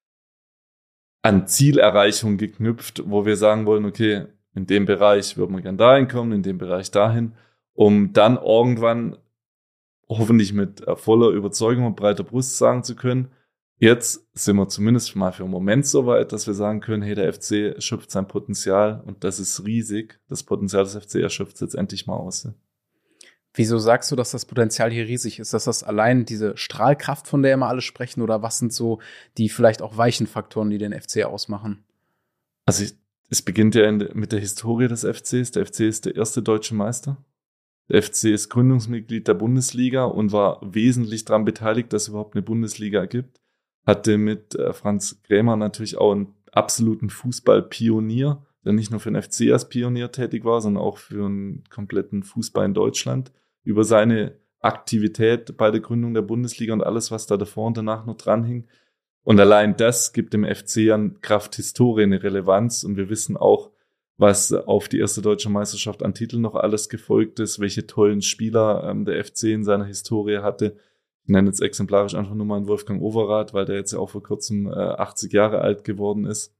an Zielerreichung geknüpft, wo wir sagen wollen, okay, in dem Bereich würden wir gerne dahin kommen, in dem Bereich dahin, um dann irgendwann hoffentlich mit voller Überzeugung und breiter Brust sagen zu können, jetzt sind wir zumindest mal für einen Moment so weit, dass wir sagen können, hey, der F C schöpft sein Potenzial und das ist riesig. Das Potenzial des F C erschöpft jetzt endlich mal aus. Wieso sagst du, dass das Potenzial hier riesig ist? Ist das allein diese Strahlkraft, von der immer alle sprechen, oder was sind so die vielleicht auch weichen Faktoren, die den F C ausmachen? Also ich, es beginnt ja in, mit der Historie des F Cs. Der F C ist der erste deutsche Meister. Der F C ist Gründungsmitglied der Bundesliga und war wesentlich daran beteiligt, dass es überhaupt eine Bundesliga gibt. Hatte mit äh, Franz Krämer natürlich auch einen absoluten Fußballpionier, der nicht nur für den F C als Pionier tätig war, sondern auch für einen kompletten Fußball in Deutschland. Über seine Aktivität bei der Gründung der Bundesliga und alles, was da davor und danach noch dranhing. Und allein das gibt dem F C an Kraft Historie eine Relevanz. Und wir wissen auch, was auf die erste deutsche Meisterschaft an Titeln noch alles gefolgt ist, welche tollen Spieler ähm, der F C in seiner Historie hatte. Ich nenne jetzt exemplarisch einfach nur mal einen Wolfgang Overath, weil der jetzt ja auch vor kurzem äh, achtzig Jahre alt geworden ist.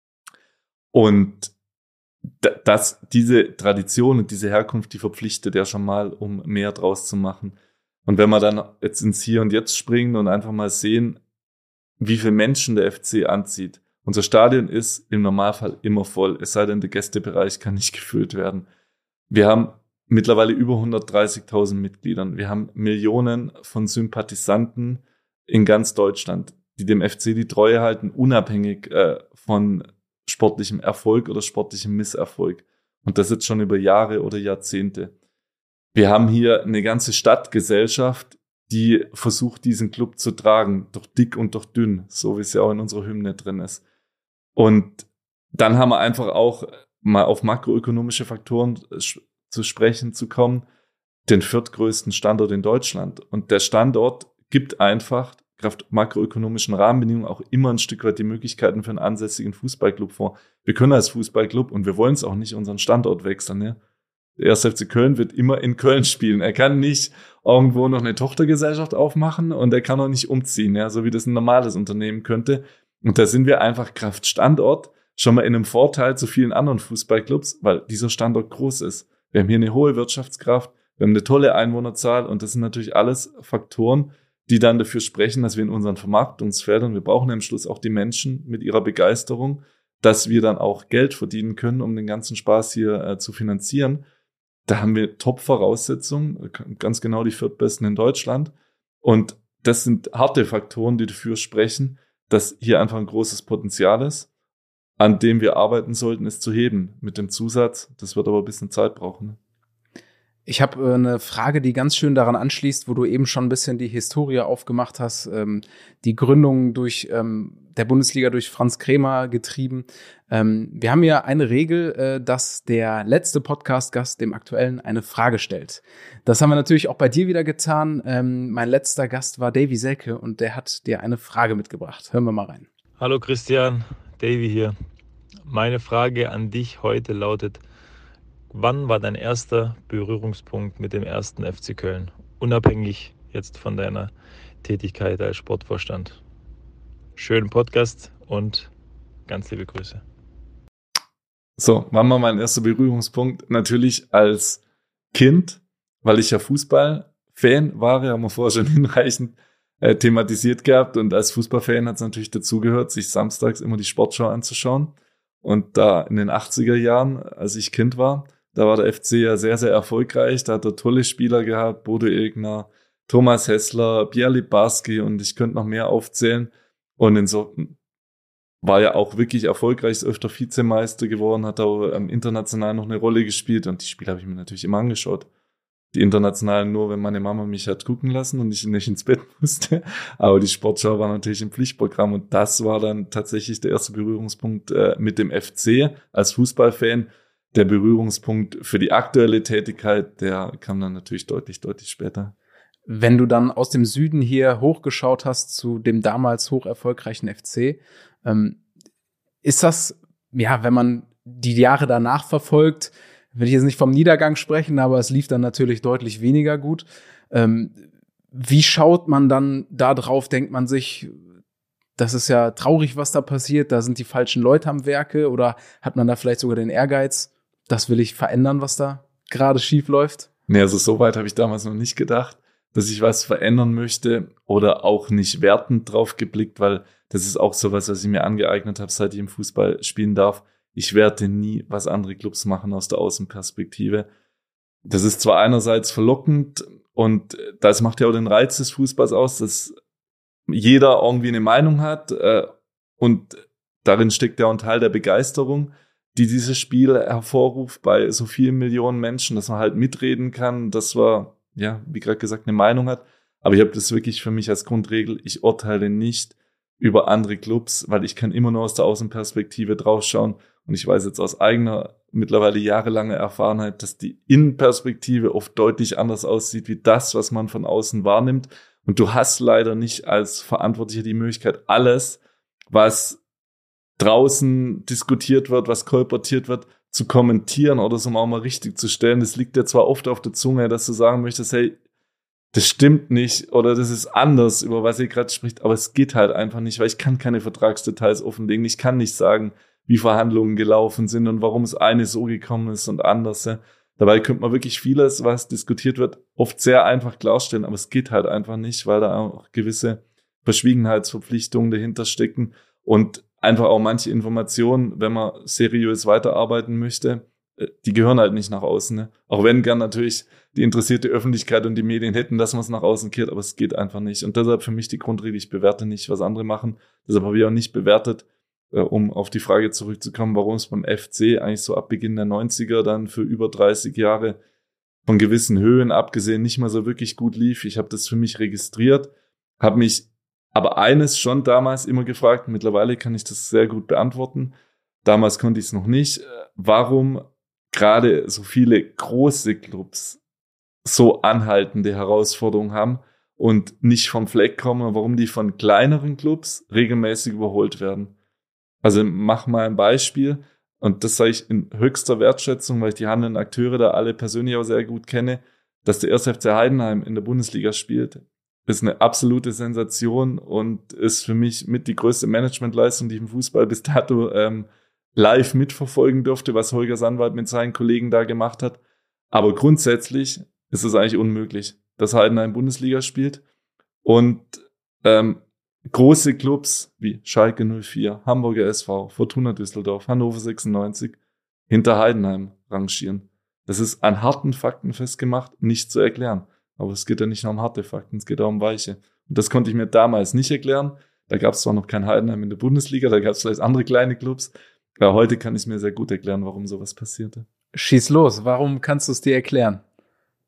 Und d- das, diese Tradition und diese Herkunft, die verpflichtet ja schon mal, um mehr draus zu machen. Und wenn wir dann jetzt ins Hier und Jetzt springen und einfach mal sehen, wie viele Menschen der F C anzieht. Unser Stadion ist im Normalfall immer voll, es sei denn, der Gästebereich kann nicht gefüllt werden. Wir haben mittlerweile über hundertdreißigtausend Mitgliedern. Wir haben Millionen von Sympathisanten in ganz Deutschland, die dem F C die Treue halten, unabhängig äh, von sportlichem Erfolg oder sportlichem Misserfolg. Und das jetzt schon über Jahre oder Jahrzehnte. Wir haben hier eine ganze Stadtgesellschaft, die versucht, diesen Club zu tragen, durch dick und durch dünn, so wie es ja auch in unserer Hymne drin ist. Und dann haben wir einfach auch, mal auf makroökonomische Faktoren zu sprechen zu kommen, den viertgrößten Standort in Deutschland. Und der Standort gibt einfach, kraft makroökonomischen Rahmenbedingungen, auch immer ein Stück weit die Möglichkeiten für einen ansässigen Fußballclub vor. Wir können als Fußballclub, und wir wollen es auch nicht, unseren Standort wechseln. Ne? Der erste F C Köln wird immer in Köln spielen. Er kann nicht irgendwo noch eine Tochtergesellschaft aufmachen und er kann auch nicht umziehen, ja, so wie das ein normales Unternehmen könnte. Und da sind wir einfach Kraft Standort schon mal in einem Vorteil zu vielen anderen Fußballclubs, weil dieser Standort groß ist. Wir haben hier eine hohe Wirtschaftskraft, wir haben eine tolle Einwohnerzahl und das sind natürlich alles Faktoren, die dann dafür sprechen, dass wir in unseren Vermarktungsfeldern, wir brauchen am Schluss auch die Menschen mit ihrer Begeisterung, dass wir dann auch Geld verdienen können, um den ganzen Spaß hier äh, zu finanzieren. Da haben wir Top-Voraussetzungen, ganz genau die viertbesten in Deutschland. Und das sind harte Faktoren, die dafür sprechen, dass hier einfach ein großes Potenzial ist, an dem wir arbeiten sollten, es zu heben. Mit dem Zusatz, das wird aber ein bisschen Zeit brauchen. Ich habe äh, eine Frage, die ganz schön daran anschließt, wo du eben schon ein bisschen die Historie aufgemacht hast, ähm, die Gründung durch ähm, der Bundesliga durch Franz Krämer getrieben. Ähm, wir haben ja eine Regel, äh, dass der letzte Podcast-Gast dem Aktuellen eine Frage stellt. Das haben wir natürlich auch bei dir wieder getan. Ähm, mein letzter Gast war Davy Selke und der hat dir eine Frage mitgebracht. Hören wir mal rein. Hallo Christian, Davy hier. Meine Frage an dich heute lautet: Wann war dein erster Berührungspunkt mit dem ersten F C Köln, unabhängig jetzt von deiner Tätigkeit als Sportvorstand? Schönen Podcast und ganz liebe Grüße. So, wann war mein erster Berührungspunkt? Natürlich als Kind, weil ich ja Fußballfan war, haben wir vorher schon hinreichend äh, thematisiert gehabt. Und als Fußballfan hat es natürlich dazugehört, sich samstags immer die Sportschau anzuschauen. Und da in den achtziger Jahren, als ich Kind war, da war der F C ja sehr, sehr erfolgreich. Da hat er tolle Spieler gehabt, Bodo Illgner, Thomas Hessler, Pierre Littbarski und ich könnte noch mehr aufzählen. Und insofern war ja auch wirklich erfolgreich, ist öfter Vizemeister geworden, hat auch ähm, international noch eine Rolle gespielt und die Spiele habe ich mir natürlich immer angeschaut. Die internationalen nur, wenn meine Mama mich hat gucken lassen und ich nicht ins Bett musste. Aber die Sportschau war natürlich im Pflichtprogramm und das war dann tatsächlich der erste Berührungspunkt äh, mit dem F C als Fußballfan. Der Berührungspunkt für die aktuelle Tätigkeit, der kam dann natürlich deutlich, deutlich später. Wenn du dann aus dem Süden hier hochgeschaut hast zu dem damals hoch erfolgreichen F C, ähm, ist das, ja, wenn man die Jahre danach verfolgt, will ich jetzt nicht vom Niedergang sprechen, aber es lief dann natürlich deutlich weniger gut. Ähm, wie schaut man dann da drauf? Denkt man sich, das ist ja traurig, was da passiert, da sind die falschen Leute am Werke, oder hat man da vielleicht sogar den Ehrgeiz, das will ich verändern, was da gerade schief läuft? Nee, also so weit habe ich damals noch nicht gedacht, dass ich was verändern möchte oder auch nicht wertend drauf geblickt, weil das ist auch sowas, was ich mir angeeignet habe, seit ich im Fußball spielen darf. Ich werte nie, was andere Clubs machen aus der Außenperspektive. Das ist zwar einerseits verlockend und das macht ja auch den Reiz des Fußballs aus, dass jeder irgendwie eine Meinung hat und darin steckt ja auch ein Teil der Begeisterung, die dieses Spiel hervorruft bei so vielen Millionen Menschen, dass man halt mitreden kann, dass man, ja, wie gerade gesagt, eine Meinung hat. Aber ich habe das wirklich für mich als Grundregel, ich urteile nicht über andere Clubs, weil ich kann immer nur aus der Außenperspektive draufschauen. Und ich weiß jetzt aus eigener, mittlerweile jahrelanger Erfahrenheit, dass die Innenperspektive oft deutlich anders aussieht, wie das, was man von außen wahrnimmt. Und du hast leider nicht als Verantwortlicher die Möglichkeit, alles, was draußen diskutiert wird, was kolportiert wird, zu kommentieren oder so auch mal richtig zu stellen. Das liegt dir zwar oft auf der Zunge, dass du sagen möchtest, hey, das stimmt nicht oder das ist anders, über was ihr gerade spricht, aber es geht halt einfach nicht, weil ich kann keine Vertragsdetails offenlegen. Ich kann nicht sagen, wie Verhandlungen gelaufen sind und warum es eine so gekommen ist und anders. Ja. Dabei könnte man wirklich vieles, was diskutiert wird, oft sehr einfach klarstellen, aber es geht halt einfach nicht, weil da auch gewisse Verschwiegenheitsverpflichtungen dahinter stecken und einfach auch manche Informationen, wenn man seriös weiterarbeiten möchte, die gehören halt nicht nach außen. Ne? Auch wenn gern natürlich die interessierte Öffentlichkeit und die Medien hätten, dass man es nach außen kehrt, aber es geht einfach nicht. Und deshalb für mich die Grundregel, ich bewerte nicht, was andere machen. Deshalb habe ich auch nicht bewertet, um auf die Frage zurückzukommen, warum es beim F C eigentlich so ab Beginn der neunziger dann für über dreißig Jahre von gewissen Höhen abgesehen nicht mal so wirklich gut lief. Ich habe das für mich registriert, habe mich aber eines schon damals immer gefragt, mittlerweile kann ich das sehr gut beantworten. Damals konnte ich es noch nicht. Warum gerade so viele große Clubs so anhaltende Herausforderungen haben und nicht vom Fleck kommen, warum die von kleineren Clubs regelmäßig überholt werden. Also mach mal ein Beispiel und das sage ich in höchster Wertschätzung, weil ich die handelnden Akteure da alle persönlich auch sehr gut kenne, dass der erste F C Heidenheim in der Bundesliga spielt. Ist eine absolute Sensation und ist für mich mit die größte Managementleistung, die ich im Fußball bis dato ähm, live mitverfolgen durfte, was Holger Sandwald mit seinen Kollegen da gemacht hat. Aber grundsätzlich ist es eigentlich unmöglich, dass Heidenheim Bundesliga spielt und ähm, große Clubs wie Schalke null vier, Hamburger S V, Fortuna Düsseldorf, Hannover sechsundneunzig hinter Heidenheim rangieren. Das ist an harten Fakten festgemacht, nicht zu erklären. Aber es geht ja nicht nur um harte Fakten, es geht auch um weiche. Und das konnte ich mir damals nicht erklären. Da gab es zwar noch kein Heidenheim in der Bundesliga, da gab es vielleicht andere kleine Clubs. Aber heute kann ich mir sehr gut erklären, warum sowas passierte. Schieß los, warum kannst du es dir erklären?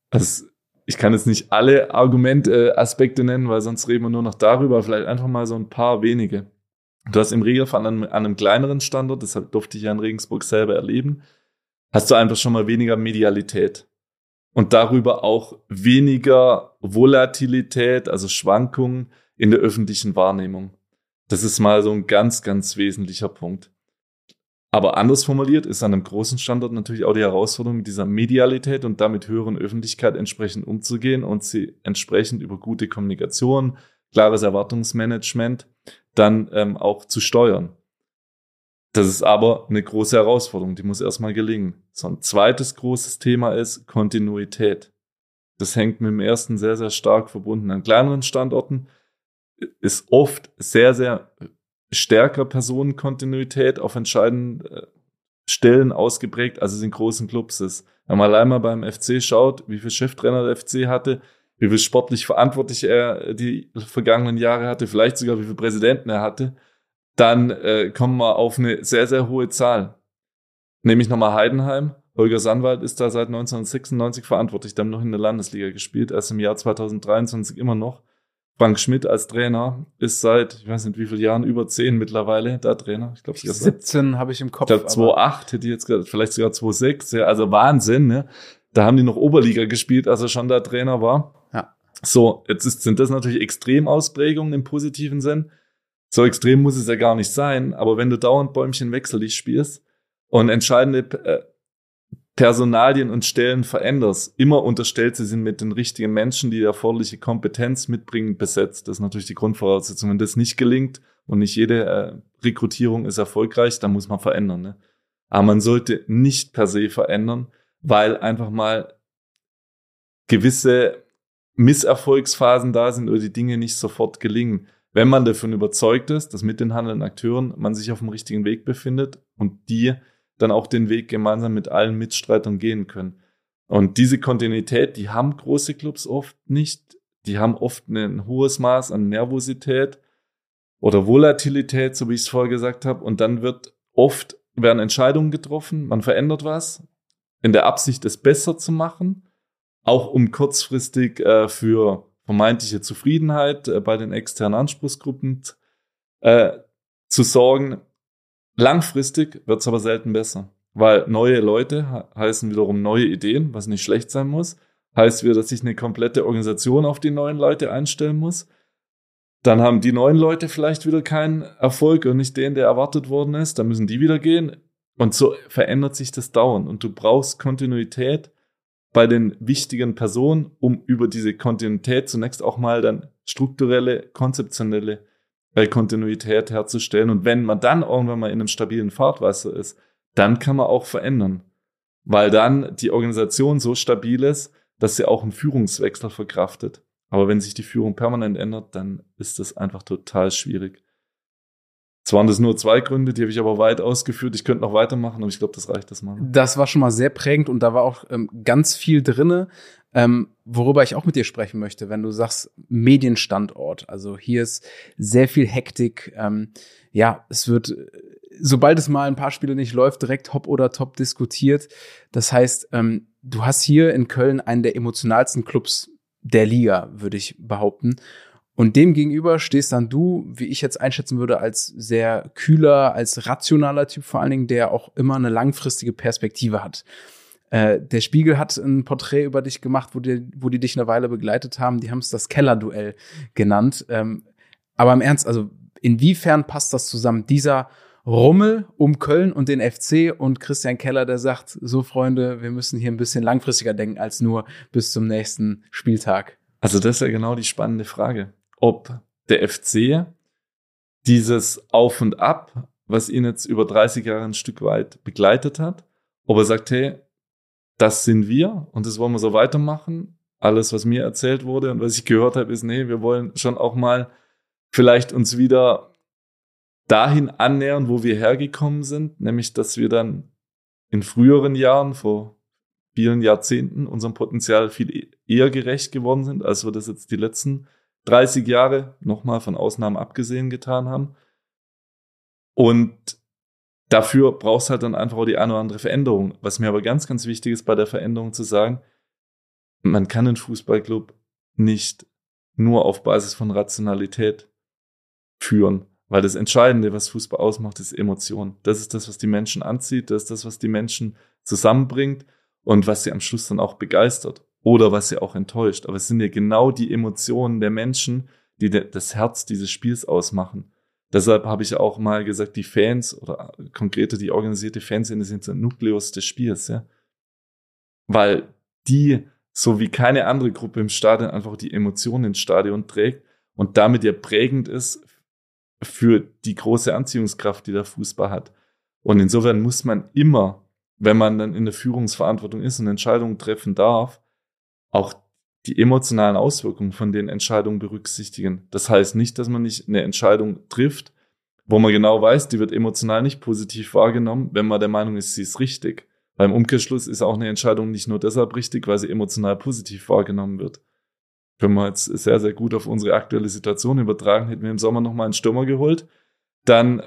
Also ich kann jetzt nicht alle Argumente, äh, Aspekte nennen, weil sonst reden wir nur noch darüber, vielleicht einfach mal so ein paar wenige. Du hast im Regelfall an einem, an einem kleineren Standort, deshalb durfte ich ja in Regensburg selber erleben, hast du einfach schon mal weniger Medialität und darüber auch weniger Volatilität, also Schwankungen in der öffentlichen Wahrnehmung. Das ist mal so ein ganz, ganz wesentlicher Punkt. Aber anders formuliert ist an einem großen Standort natürlich auch die Herausforderung, mit dieser Medialität und damit höheren Öffentlichkeit entsprechend umzugehen und sie entsprechend über gute Kommunikation, klares Erwartungsmanagement dann ähm, auch zu steuern. Das ist aber eine große Herausforderung, die muss erstmal gelingen. So ein zweites großes Thema ist Kontinuität. Das hängt mit dem ersten sehr, sehr stark verbunden. An kleineren Standorten ist oft sehr, sehr stärker Personenkontinuität auf entscheidenden Stellen ausgeprägt, als es in großen Clubs ist. Wenn man allein mal beim F C schaut, wie viel Cheftrainer der F C hatte, wie viel sportlich verantwortlich er die vergangenen Jahre hatte, vielleicht sogar wie viele Präsidenten er hatte, dann äh, kommen wir auf eine sehr, sehr hohe Zahl. Nämlich nochmal Heidenheim. Holger Sandwald ist da seit neunzehnhundertsechsundneunzig verantwortlich, die haben noch in der Landesliga gespielt, erst im Jahr zweitausenddreiundzwanzig immer noch. Frank Schmidt als Trainer ist seit, ich weiß nicht wie viele Jahren, über zehn mittlerweile da Trainer. Ich glaube siebzehn habe ich im Kopf. Ich glaube zwei Komma acht hätte ich jetzt gesagt, vielleicht sogar zwei Komma sechs. Ja, also Wahnsinn, ne? Da haben die noch Oberliga gespielt, als er schon da Trainer war. Ja. So, jetzt ist, sind das natürlich Extremausprägungen im positiven Sinn. So extrem muss es ja gar nicht sein, aber wenn du dauernd Bäumchen wechselig spielst und entscheidende äh, Personalien und Stellen veränderst, immer unterstellt sie sind mit den richtigen Menschen, die die erforderliche Kompetenz mitbringen, besetzt. Das ist natürlich die Grundvoraussetzung. Wenn das nicht gelingt und nicht jede äh, Rekrutierung ist erfolgreich, dann muss man verändern. Ne? Aber man sollte nicht per se verändern, weil einfach mal gewisse Misserfolgsphasen da sind oder die Dinge nicht sofort gelingen. Wenn man davon überzeugt ist, dass mit den handelnden Akteuren man sich auf dem richtigen Weg befindet und die dann auch den Weg gemeinsam mit allen Mitstreitern gehen können. Und diese Kontinuität, die haben große Clubs oft nicht. Die haben oft ein hohes Maß an Nervosität oder Volatilität, so wie ich es vorher gesagt habe. Und dann wird oft, werden Entscheidungen getroffen, man verändert was, in der Absicht, es besser zu machen, auch um kurzfristig äh, für vermeintliche Zufriedenheit äh, bei den externen Anspruchsgruppen äh, zu sorgen. Langfristig wird es aber selten besser, weil neue Leute he- heißen wiederum neue Ideen, was nicht schlecht sein muss. Heißt wieder, dass sich eine komplette Organisation auf die neuen Leute einstellen muss. Dann haben die neuen Leute vielleicht wieder keinen Erfolg und nicht den, der erwartet worden ist. Dann müssen die wieder gehen. Und so verändert sich das dauernd. Und du brauchst Kontinuität bei den wichtigen Personen, um über diese Kontinuität zunächst auch mal dann strukturelle, konzeptionelle Kontinuität herzustellen. Und wenn man dann irgendwann mal in einem stabilen Fahrtwasser ist, dann kann man auch verändern. Weil dann die Organisation so stabil ist, dass sie auch einen Führungswechsel verkraftet. Aber wenn sich die Führung permanent ändert, dann ist das einfach total schwierig. Jetzt waren das nur zwei Gründe, die habe ich aber weit ausgeführt. Ich könnte noch weitermachen, aber ich glaube, das reicht das mal. Das war schon mal sehr prägend und da war auch ähm, ganz viel drinne, ähm, worüber ich auch mit dir sprechen möchte, wenn du sagst Medienstandort. Also hier ist sehr viel Hektik. Ähm, ja, es wird, sobald es mal ein paar Spiele nicht läuft, direkt Hop oder Top diskutiert. Das heißt, ähm, du hast hier in Köln einen der emotionalsten Clubs der Liga, würde ich behaupten. Und dem gegenüber stehst dann du, wie ich jetzt einschätzen würde, als sehr kühler, als rationaler Typ vor allen Dingen, der auch immer eine langfristige Perspektive hat. Äh, der Spiegel hat ein Porträt über dich gemacht, wo die, wo die dich eine Weile begleitet haben. Die haben es das Keller-Duell genannt. Ähm, aber im Ernst, also inwiefern passt das zusammen? Dieser Rummel um Köln und den F C und Christian Keller, der sagt, so Freunde, wir müssen hier ein bisschen langfristiger denken als nur bis zum nächsten Spieltag. Also das ist ja genau die spannende Frage. Ob der F C dieses Auf und Ab, was ihn jetzt über dreißig Jahre ein Stück weit begleitet hat, ob er sagt, hey, das sind wir und das wollen wir so weitermachen. Alles, was mir erzählt wurde und was ich gehört habe, ist, nee, wir wollen schon auch mal vielleicht uns wieder dahin annähern, wo wir hergekommen sind, nämlich, dass wir dann in früheren Jahren, vor vielen Jahrzehnten, unserem Potenzial viel eher gerecht geworden sind, als wir das jetzt die letzten dreißig Jahre, nochmal von Ausnahmen abgesehen, getan haben. Und dafür brauchst du halt dann einfach auch die eine oder andere Veränderung. Was mir aber ganz, ganz wichtig ist, bei der Veränderung zu sagen, man kann einen Fußballclub nicht nur auf Basis von Rationalität führen, weil das Entscheidende, was Fußball ausmacht, ist Emotion. Das ist das, was die Menschen anzieht, das ist das, was die Menschen zusammenbringt und was sie am Schluss dann auch begeistert oder was sie auch enttäuscht. Aber es sind ja genau die Emotionen der Menschen, die das Herz dieses Spiels ausmachen. Deshalb habe ich auch mal gesagt, die Fans oder konkreter die organisierte Fanszene sind der Nukleus des Spiels, ja. Weil die, so wie keine andere Gruppe im Stadion, einfach die Emotionen ins Stadion trägt und damit ja prägend ist für die große Anziehungskraft, die der Fußball hat. Und insofern muss man immer, wenn man dann in der Führungsverantwortung ist und Entscheidungen treffen darf, auch die emotionalen Auswirkungen von den Entscheidungen berücksichtigen. Das heißt nicht, dass man nicht eine Entscheidung trifft, wo man genau weiß, die wird emotional nicht positiv wahrgenommen, wenn man der Meinung ist, sie ist richtig. Beim Umkehrschluss ist auch eine Entscheidung nicht nur deshalb richtig, weil sie emotional positiv wahrgenommen wird. Können wir jetzt sehr, sehr gut auf unsere aktuelle Situation übertragen, hätten wir im Sommer nochmal einen Stürmer geholt, dann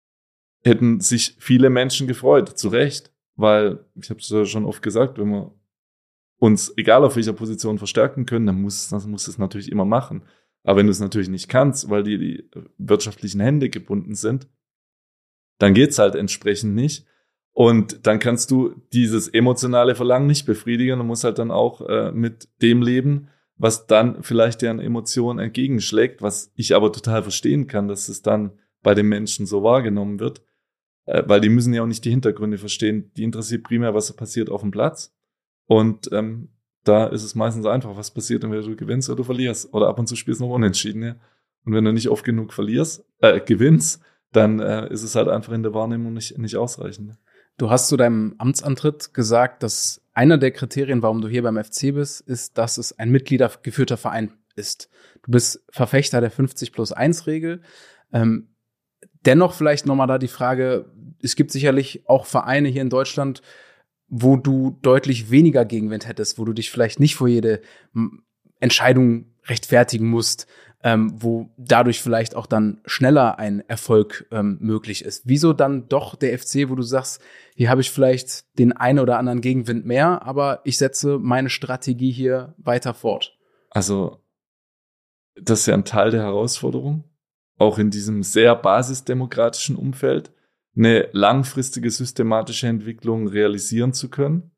hätten sich viele Menschen gefreut, zu Recht, weil, ich habe es ja schon oft gesagt, wenn wir uns, egal auf welcher Position, verstärken können, dann muss, dann muss es natürlich immer machen. Aber wenn du es natürlich nicht kannst, weil dir die wirtschaftlichen Hände gebunden sind, dann geht's halt entsprechend nicht. Und dann kannst du dieses emotionale Verlangen nicht befriedigen und musst halt dann auch äh, mit dem leben, was dann vielleicht deren Emotionen entgegenschlägt, was ich aber total verstehen kann, dass es dann bei den Menschen so wahrgenommen wird, äh, weil die müssen ja auch nicht die Hintergründe verstehen. Die interessiert primär, was passiert auf dem Platz. Und ähm, da ist es meistens einfach, was passiert, wenn du gewinnst oder du verlierst. Oder ab und zu spielst du noch unentschieden. Ja? Und wenn du nicht oft genug verlierst, äh, gewinnst, dann äh, ist es halt einfach in der Wahrnehmung nicht, nicht ausreichend. Ja? Du hast zu deinem Amtsantritt gesagt, dass einer der Kriterien, warum du hier beim F C bist, ist, dass es ein mitgliedergeführter Verein ist. Du bist Verfechter der fünfzig plus eins Regel. Ähm, dennoch vielleicht nochmal da die Frage, es gibt sicherlich auch Vereine hier in Deutschland, wo du deutlich weniger Gegenwind hättest, wo du dich vielleicht nicht vor jede Entscheidung rechtfertigen musst, ähm, wo dadurch vielleicht auch dann schneller ein Erfolg ähm, möglich ist. Wieso dann doch der F C, wo du sagst, hier habe ich vielleicht den einen oder anderen Gegenwind mehr, aber ich setze meine Strategie hier weiter fort? Also das ist ja ein Teil der Herausforderung, auch in diesem sehr basisdemokratischen Umfeld, eine langfristige systematische Entwicklung realisieren zu können.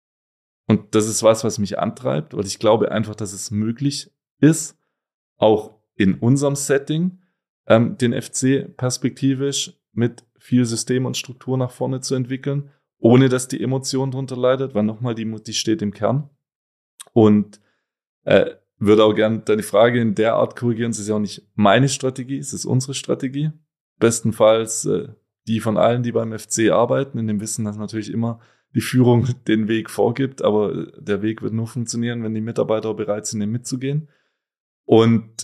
Und das ist was, was mich antreibt, weil ich glaube einfach, dass es möglich ist, auch in unserem Setting ähm, den F C perspektivisch mit viel System und Struktur nach vorne zu entwickeln, ohne dass die Emotion darunter leidet, weil nochmal, die, die steht im Kern. Und äh, würde auch gerne deine Frage in der Art korrigieren, es ist ja auch nicht meine Strategie, es ist unsere Strategie. Bestenfalls äh, die von allen, die beim F C arbeiten, in dem Wissen, dass natürlich immer die Führung den Weg vorgibt, aber der Weg wird nur funktionieren, wenn die Mitarbeiter bereit sind, den mitzugehen. Und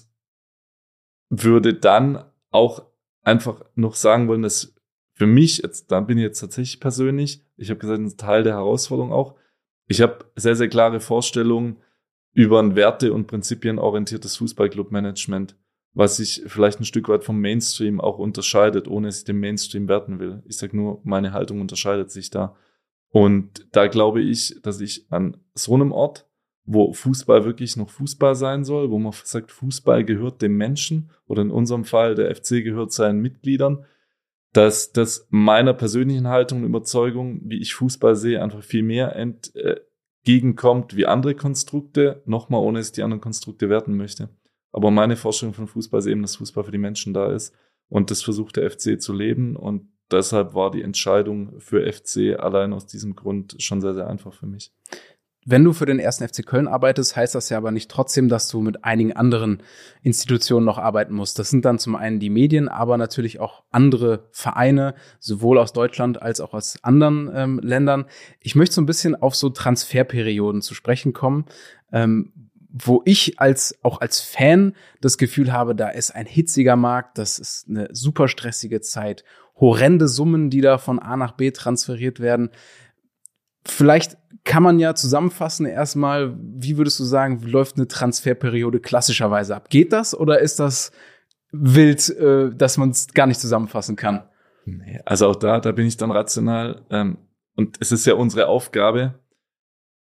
würde dann auch einfach noch sagen wollen, dass für mich, jetzt, da bin ich jetzt tatsächlich persönlich, ich habe gesagt, ein Teil der Herausforderung auch, ich habe sehr, sehr klare Vorstellungen über ein werte- und prinzipienorientiertes Fußballclub-Management, was sich vielleicht ein Stück weit vom Mainstream auch unterscheidet, ohne dass ich den Mainstream werten will. Ich sage nur, meine Haltung unterscheidet sich da. Und da glaube ich, dass ich an so einem Ort, wo Fußball wirklich noch Fußball sein soll, wo man sagt, Fußball gehört dem Menschen oder in unserem Fall der F C gehört seinen Mitgliedern, dass das meiner persönlichen Haltung und Überzeugung, wie ich Fußball sehe, einfach viel mehr entgegenkommt wie andere Konstrukte, nochmal ohne dass ich die anderen Konstrukte werten möchte. Aber meine Vorstellung von Fußball ist eben, dass Fußball für die Menschen da ist und das versucht der F C zu leben und deshalb war die Entscheidung für F C allein aus diesem Grund schon sehr, sehr einfach für mich. Wenn du für den ersten F C Köln arbeitest, heißt das ja aber nicht trotzdem, dass du mit einigen anderen Institutionen noch arbeiten musst. Das sind dann zum einen die Medien, aber natürlich auch andere Vereine, sowohl aus Deutschland als auch aus anderen ähm, Ländern. Ich möchte so ein bisschen auf so Transferperioden zu sprechen kommen, ähm, wo ich als auch als Fan das Gefühl habe, da ist ein hitziger Markt, das ist eine super stressige Zeit, horrende Summen, die da von A nach B transferiert werden. Vielleicht kann man ja zusammenfassen erstmal, wie würdest du sagen, wie läuft eine Transferperiode klassischerweise ab? Geht das oder ist das wild, äh, dass man es gar nicht zusammenfassen kann? Nee, also auch da, da bin ich dann rational. Ähm, und es ist ja unsere Aufgabe,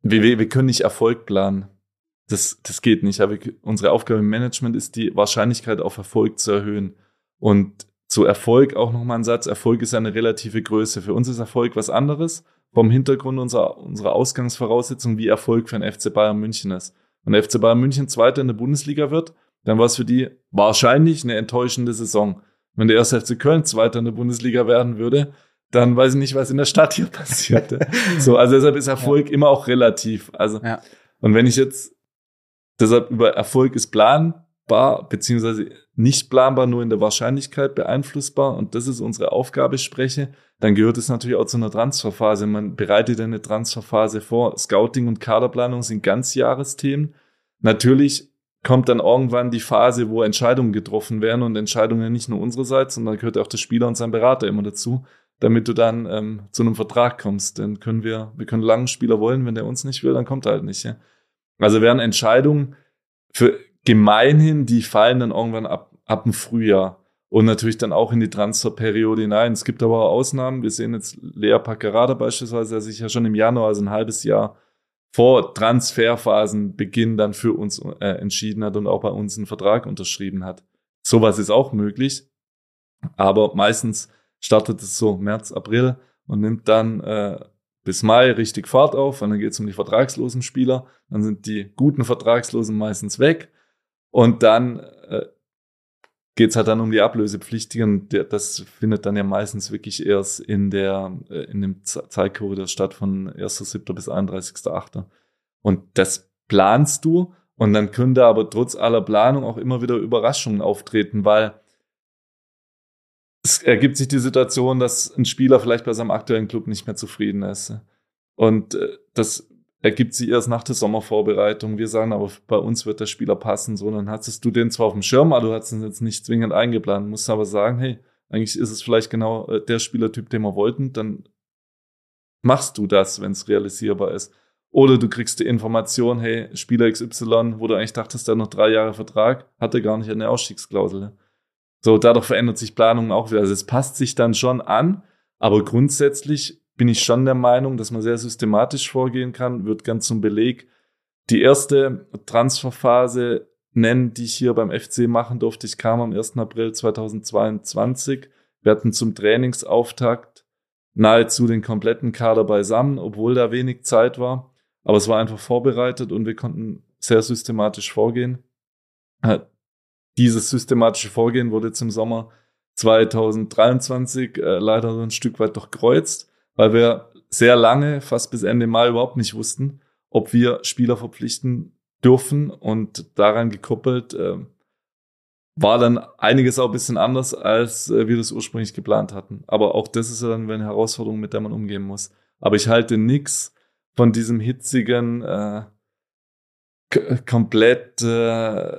wir, wir können nicht Erfolg planen. Das, das geht nicht. Aber unsere Aufgabe im Management ist, die Wahrscheinlichkeit auf Erfolg zu erhöhen. Und zu Erfolg auch nochmal ein Satz. Erfolg ist eine relative Größe. Für uns ist Erfolg was anderes vom Hintergrund unserer, unserer Ausgangsvoraussetzung, wie Erfolg für den F C Bayern München ist. Wenn der F C Bayern München Zweiter in der Bundesliga wird, dann war es für die wahrscheinlich eine enttäuschende Saison. Wenn der erste F C Köln Zweiter in der Bundesliga werden würde, dann weiß ich nicht, was in der Stadt hier passierte. So, also deshalb ist Erfolg ja. immer auch relativ. Also, ja. Und wenn ich jetzt deshalb über Erfolg ist planbar, beziehungsweise nicht planbar, nur in der Wahrscheinlichkeit beeinflussbar, und das ist unsere Aufgabe, spreche, dann gehört es natürlich auch zu einer Transferphase. Man bereitet eine Transferphase vor. Scouting und Kaderplanung sind Ganzjahresthemen. Natürlich kommt dann irgendwann die Phase, wo Entscheidungen getroffen werden, und Entscheidungen nicht nur unsererseits, sondern da gehört auch der Spieler und sein Berater immer dazu, damit du dann ähm, zu einem Vertrag kommst. Dann können wir, wir können langen Spieler wollen, wenn der uns nicht will, dann kommt er halt nicht. Ja? Also werden Entscheidungen für gemeinhin, die fallen dann irgendwann ab, ab dem Frühjahr und natürlich dann auch in die Transferperiode hinein. Es gibt aber auch Ausnahmen. Wir sehen jetzt Lea Paccarada beispielsweise, der sich ja schon im Januar, also ein halbes Jahr vor Transferphasenbeginn dann für uns äh, entschieden hat und auch bei uns einen Vertrag unterschrieben hat. Sowas ist auch möglich, aber meistens startet es so März, April und nimmt dann äh, bis Mai richtig Fahrt auf, und dann geht es um die vertragslosen Spieler, dann sind die guten Vertragslosen meistens weg, und dann äh, geht es halt dann um die Ablösepflichtigen. Das findet dann ja meistens wirklich erst in der äh, in dem Zeitkorridor statt von erster siebter bis einunddreißigster achter Und das planst du, und dann können da aber trotz aller Planung auch immer wieder Überraschungen auftreten, weil es ergibt sich die Situation, dass ein Spieler vielleicht bei seinem aktuellen Club nicht mehr zufrieden ist. Und äh, das ergibt sich erst nach der Sommervorbereitung. Wir sagen aber, bei uns wird der Spieler passen. So, dann hattest du den zwar auf dem Schirm, aber du hast ihn jetzt nicht zwingend eingeplant. Du musst aber sagen, hey, eigentlich ist es vielleicht genau äh, der Spielertyp, den wir wollten. Dann machst du das, wenn es realisierbar ist. Oder du kriegst die Information, hey, Spieler X Y, wo du eigentlich dachtest, der hat noch drei Jahre Vertrag, hatte gar nicht eine Ausstiegsklausel. So, dadurch verändert sich Planung auch wieder. Also es passt sich dann schon an, aber grundsätzlich bin ich schon der Meinung, dass man sehr systematisch vorgehen kann. Wird ganz zum Beleg die erste Transferphase nennen, die ich hier beim F C machen durfte. Ich kam am ersten April zweitausendzweiundzwanzig. Wir hatten zum Trainingsauftakt nahezu den kompletten Kader beisammen, obwohl da wenig Zeit war. Aber es war einfach vorbereitet und wir konnten sehr systematisch vorgehen. Dieses systematische Vorgehen wurde jetzt im Sommer zweitausenddreiundzwanzig äh, leider so ein Stück weit durchkreuzt, weil wir sehr lange, fast bis Ende Mai, überhaupt nicht wussten, ob wir Spieler verpflichten dürfen. Und daran gekoppelt äh, war dann einiges auch ein bisschen anders, als äh, wir das ursprünglich geplant hatten. Aber auch das ist ja dann eine Herausforderung, mit der man umgehen muss. Aber ich halte nichts von diesem hitzigen, äh, k- komplett äh,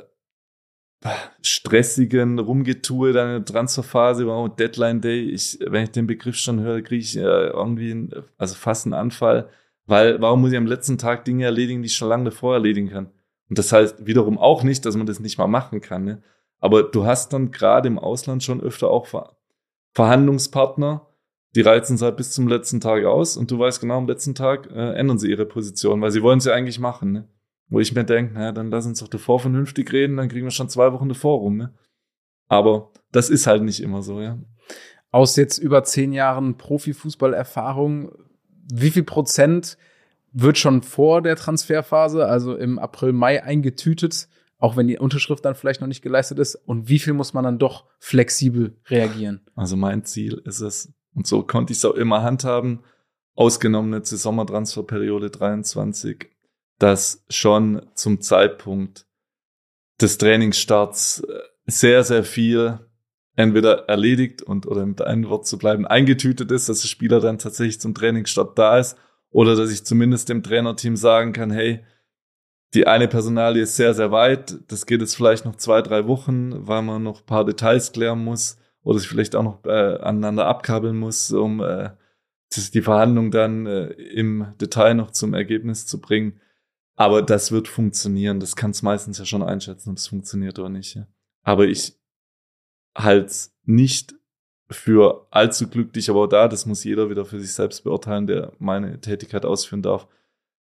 stressigen Rumgetue, deine Transferphase, wow, Deadline Day. Ich, wenn ich den Begriff schon höre, kriege ich äh, irgendwie einen, also fast einen Anfall, weil warum muss ich am letzten Tag Dinge erledigen, die ich schon lange davor erledigen kann? Und das heißt wiederum auch nicht, dass man das nicht mal machen kann. Ne? Aber du hast dann gerade im Ausland schon öfter auch Ver- Verhandlungspartner, die reizen es halt bis zum letzten Tag aus, und du weißt genau, am letzten Tag äh, ändern sie ihre Position, weil sie wollen es ja eigentlich machen. Ne? Wo ich mir denke, naja, dann lass uns doch davor vernünftig reden, dann kriegen wir schon zwei Wochen davor rum. Ne? Aber das ist halt nicht immer so, ja. Aus jetzt über zehn Jahren Profifußballerfahrung, wie viel Prozent wird schon vor der Transferphase, also im April, Mai, eingetütet, auch wenn die Unterschrift dann vielleicht noch nicht geleistet ist? Und wie viel muss man dann doch flexibel reagieren? Also mein Ziel ist es, und so konnte ich es auch immer handhaben, ausgenommen jetzt die Sommertransferperiode dreiundzwanzig, dass schon zum Zeitpunkt des Trainingsstarts sehr, sehr viel entweder erledigt und, oder mit einem Wort zu bleiben, eingetütet ist, dass der Spieler dann tatsächlich zum Trainingsstart da ist, oder dass ich zumindest dem Trainerteam sagen kann, hey, die eine Personalie ist sehr, sehr weit, das geht jetzt vielleicht noch zwei, drei Wochen, weil man noch ein paar Details klären muss oder sich vielleicht auch noch äh, aneinander abkabeln muss, um äh, die Verhandlung dann äh, im Detail noch zum Ergebnis zu bringen. Aber das wird funktionieren. Das kannst meistens ja schon einschätzen, ob es funktioniert oder nicht. Ja. Aber ich halte es nicht für allzu glücklich, aber auch da, das muss jeder wieder für sich selbst beurteilen, der meine Tätigkeit ausführen darf.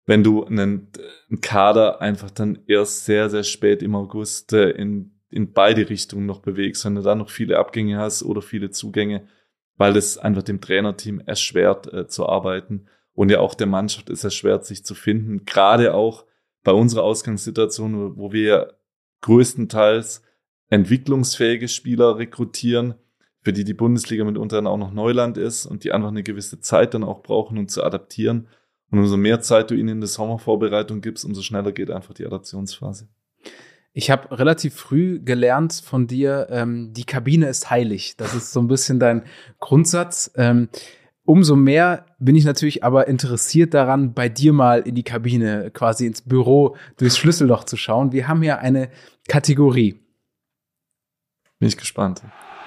wenn du einen, einen Kader einfach dann erst sehr, sehr spät im August äh, in, in beide Richtungen noch bewegst, wenn du da noch viele Abgänge hast oder viele Zugänge, weil es einfach dem Trainerteam erschwert äh, zu arbeiten und ja auch der Mannschaft ist erschwert, sich zu finden. Gerade auch bei unserer Ausgangssituation, wo wir größtenteils entwicklungsfähige Spieler rekrutieren, für die die Bundesliga mitunter dann auch noch Neuland ist und die einfach eine gewisse Zeit dann auch brauchen, um zu adaptieren. Und umso mehr Zeit du ihnen in der Sommervorbereitung gibst, umso schneller geht einfach die Adaptionsphase. Ich habe relativ früh gelernt von dir, ähm, die Kabine ist heilig. Das ist so ein bisschen dein Grundsatz. Ähm, umso mehr bin ich natürlich aber interessiert daran, bei dir mal in die Kabine, quasi ins Büro, durchs Schlüsselloch zu schauen. Wir haben hier eine Kategorie. Bin ich gespannt.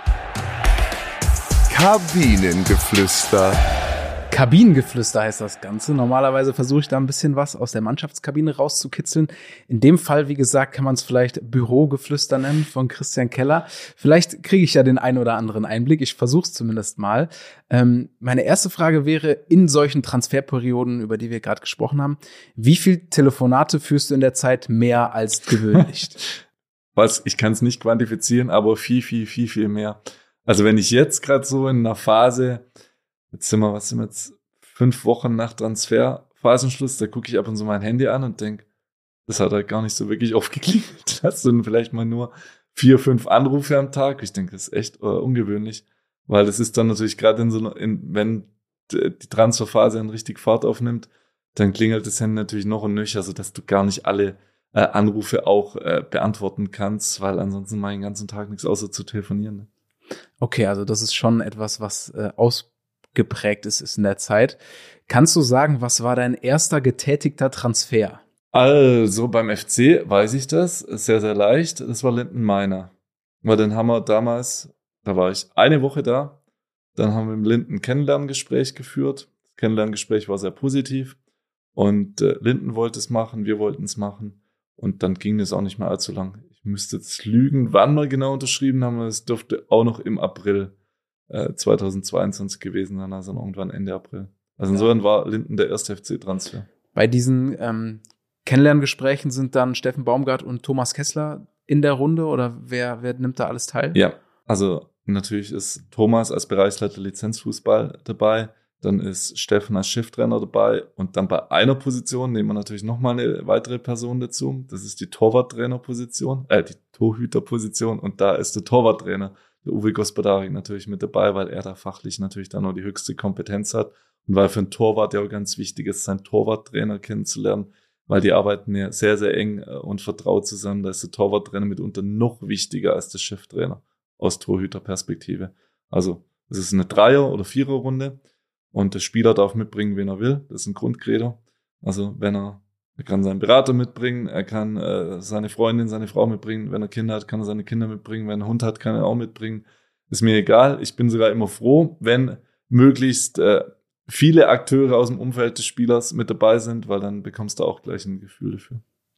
Kabinengeflüster. Kabinengeflüster heißt das Ganze. Normalerweise versuche ich da ein bisschen was aus der Mannschaftskabine rauszukitzeln. In dem Fall, wie gesagt, kann man es vielleicht Bürogeflüster nennen von Christian Keller. Vielleicht kriege ich ja den einen oder anderen Einblick. Ich versuche es zumindest mal. Ähm, meine erste Frage wäre, in solchen Transferperioden, über die wir gerade gesprochen haben, wie viele Telefonate führst du in der Zeit mehr als gewöhnlich? Was, ich kann es nicht quantifizieren, aber viel, viel, viel, viel mehr. Also wenn ich jetzt gerade so in einer Phase, jetzt sind wir, was sind wir jetzt, fünf Wochen nach Transferphasenschluss, da gucke ich ab und zu mein Handy an und denke, das hat halt gar nicht so wirklich aufgeklingelt. Das sind vielleicht mal nur vier, fünf Anrufe am Tag. Ich denke, das ist echt äh, ungewöhnlich, weil das ist dann natürlich gerade in so, in, wenn die Transferphase dann richtig Fahrt aufnimmt, dann klingelt das Handy natürlich noch und nöcher, sodass du gar nicht alle äh, Anrufe auch äh, beantworten kannst, weil ansonsten mache ich den ganzen Tag nichts außer zu telefonieren. Ne? Okay, also das ist schon etwas, was äh, ausgeprägt ist, ist in der Zeit. Kannst du sagen, was war dein erster getätigter Transfer? Also beim F C weiß ich das, ist sehr, sehr leicht. Das war Linden Meiner. Weil den haben wir damals, da war ich eine Woche da, dann haben wir im Linden ein Kennenlerngespräch geführt. Das Kennenlerngespräch war sehr positiv und äh, Linden wollte es machen, wir wollten es machen und dann ging es auch nicht mehr allzu lang. Ich müsste jetzt lügen, wann wir genau unterschrieben haben, es dürfte auch noch im April äh, zweitausendzweiundzwanzig gewesen sein, also irgendwann Ende April. Also insofern war Linden der erste F C-Transfer. Bei diesen ähm, Kennenlerngesprächen sind dann Steffen Baumgart und Thomas Kessler in der Runde oder wer, wer nimmt da alles teil? Ja, also natürlich ist Thomas als Bereichsleiter Lizenzfußball dabei, dann ist Steffen als Cheftrainer dabei und dann bei einer Position nehmen wir natürlich nochmal eine weitere Person dazu. Das ist die Torwarttrainerposition, äh, die Torhüterposition und da ist der Torwarttrainer, der Uwe Gospodarek natürlich mit dabei, weil er da fachlich natürlich dann noch die höchste Kompetenz hat und weil für einen Torwart ja auch ganz wichtig ist, seinen Torwarttrainer kennenzulernen, weil die arbeiten ja sehr, sehr eng und vertraut zusammen. Da ist der Torwarttrainer mitunter noch wichtiger als der Cheftrainer aus Torhüterperspektive. Also es ist eine Dreier- oder Viererrunde und der Spieler darf mitbringen, wen er will. Das ist ein Grundcredo. Also wenn er, er kann seinen Berater mitbringen, er kann äh, seine Freundin, seine Frau mitbringen. Wenn er Kinder hat, kann er seine Kinder mitbringen. Wenn er einen Hund hat, kann er auch mitbringen. Ist mir egal. Ich bin sogar immer froh, wenn möglichst äh, viele Akteure aus dem Umfeld des Spielers mit dabei sind, weil dann bekommst du auch gleich ein Gefühl dafür.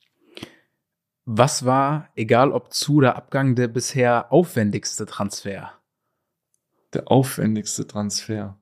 Was war, egal ob Zu- oder Abgang, der bisher aufwendigste Transfer? Der aufwendigste Transfer.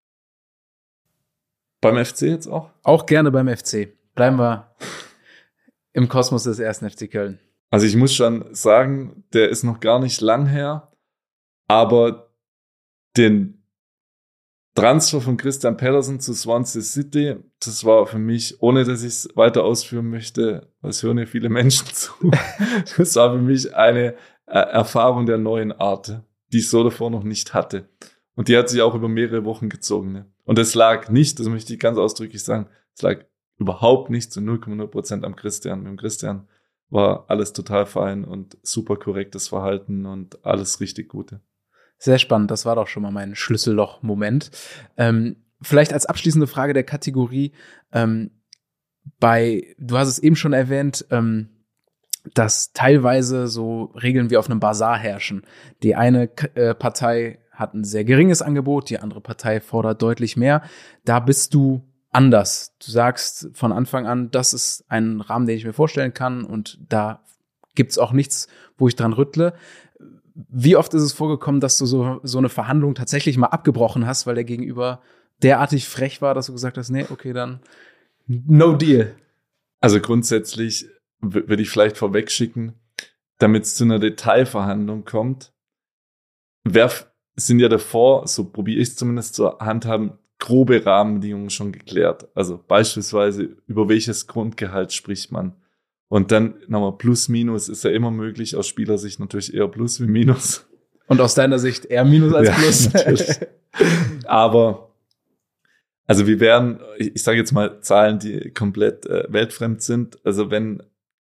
Beim F C jetzt auch? Auch gerne beim F C. Bleiben wir im Kosmos des ersten F C Köln. Also ich muss schon sagen, der ist noch gar nicht lang her, aber den Transfer von Christian Pedersen zu Swansea City, das war für mich, ohne dass ich es weiter ausführen möchte, es hören ja viele Menschen zu, das war für mich eine äh, Erfahrung der neuen Art, die ich so davor noch nicht hatte. Und die hat sich auch über mehrere Wochen gezogen. Ne? Und es lag nicht, das möchte ich ganz ausdrücklich sagen, es lag überhaupt nicht zu null Komma null Prozent am Christian. Mit dem Christian war alles total fein und super korrektes Verhalten und alles richtig Gute. Sehr spannend, das war doch schon mal mein Schlüsselloch-Moment. Ähm, vielleicht als abschließende Frage der Kategorie, ähm, bei, du hast es eben schon erwähnt, ähm, dass teilweise so Regeln wie auf einem Basar herrschen. Die eine äh, Partei hat ein sehr geringes Angebot, die andere Partei fordert deutlich mehr. Da bist du anders. Du sagst von Anfang an, das ist ein Rahmen, den ich mir vorstellen kann und da gibt's auch nichts, wo ich dran rüttle. Wie oft ist es vorgekommen, dass du so, so eine Verhandlung tatsächlich mal abgebrochen hast, weil der Gegenüber derartig frech war, dass du gesagt hast, nee, okay, dann No deal. Also grundsätzlich w- würde ich vielleicht vorweg schicken, damit es zu einer Detailverhandlung kommt, wer f- sind ja davor, so probiere ich es zumindest zu handhaben, grobe Rahmenbedingungen schon geklärt. Also beispielsweise, über welches Grundgehalt spricht man. Und dann nochmal Plus, Minus ist ja immer möglich, aus Spielersicht natürlich eher Plus wie Minus. Und aus deiner Sicht eher Minus als Ja, Plus. natürlich. Aber, also wir werden, ich, ich sage jetzt mal Zahlen, die komplett äh, weltfremd sind. Also wenn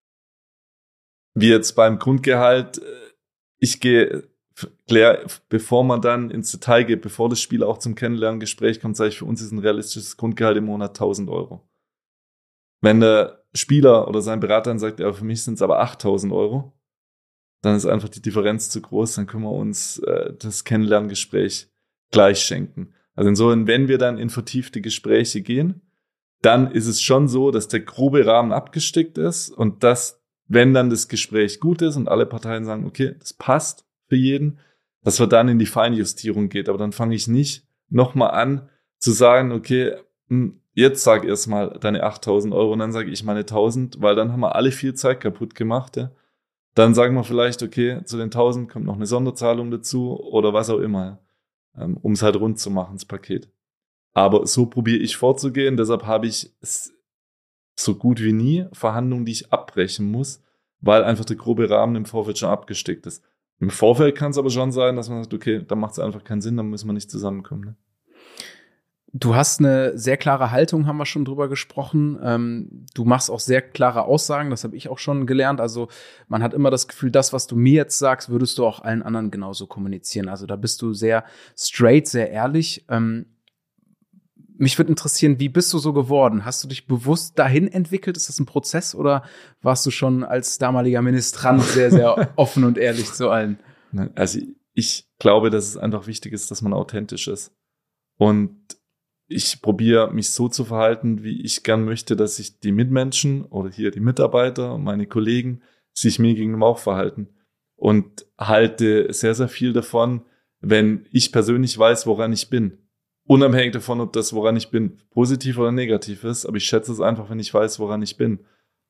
wir jetzt beim Grundgehalt, äh, ich gehe, klär, bevor man dann ins Detail geht, bevor das Spiel auch zum Kennenlerngespräch kommt, sage ich, für uns ist ein realistisches Grundgehalt im Monat tausend Euro. Wenn der Spieler oder sein Berater dann sagt, ja, für mich sind es aber achttausend Euro, dann ist einfach die Differenz zu groß, dann können wir uns äh, das Kennenlerngespräch gleich schenken. Also insofern, wenn wir dann in vertiefte Gespräche gehen, dann ist es schon so, dass der grobe Rahmen abgesteckt ist und dass, wenn dann das Gespräch gut ist und alle Parteien sagen, okay, das passt für jeden, dass wir dann in die Feinjustierung geht. Aber dann fange ich nicht nochmal an zu sagen, okay, jetzt sag erstmal deine achttausend Euro und dann sage ich meine tausend, weil dann haben wir alle viel Zeit kaputt gemacht. Ja. Dann sagen wir vielleicht, okay, zu den tausend kommt noch eine Sonderzahlung dazu oder was auch immer, um es halt rund zu machen, das Paket. Aber so probiere ich vorzugehen, deshalb habe ich so gut wie nie Verhandlungen, die ich abbrechen muss, weil einfach der grobe Rahmen im Vorfeld schon abgesteckt ist. Im Vorfeld kann es aber schon sein, dass man sagt, okay, dann macht es einfach keinen Sinn, dann müssen wir nicht zusammenkommen. Ne? Du hast eine sehr klare Haltung, haben wir schon drüber gesprochen. Ähm, du machst auch sehr klare Aussagen, das habe ich auch schon gelernt. Also man hat immer das Gefühl, das, was du mir jetzt sagst, würdest du auch allen anderen genauso kommunizieren. Also da bist du sehr straight, sehr ehrlich. Ähm, mich würde interessieren, wie bist du so geworden? Hast du dich bewusst dahin entwickelt? Ist das ein Prozess oder warst du schon als damaliger Ministrant sehr, sehr offen und ehrlich zu allen? Also ich glaube, dass es einfach wichtig ist, dass man authentisch ist. Und ich probiere mich so zu verhalten, wie ich gern möchte, dass sich die Mitmenschen oder hier die Mitarbeiter, meine Kollegen, sich mir gegenüber auch verhalten. Und halte sehr, sehr viel davon, wenn ich persönlich weiß, woran ich bin. Unabhängig davon, ob das, woran ich bin, positiv oder negativ ist. Aber ich schätze es einfach, wenn ich weiß, woran ich bin.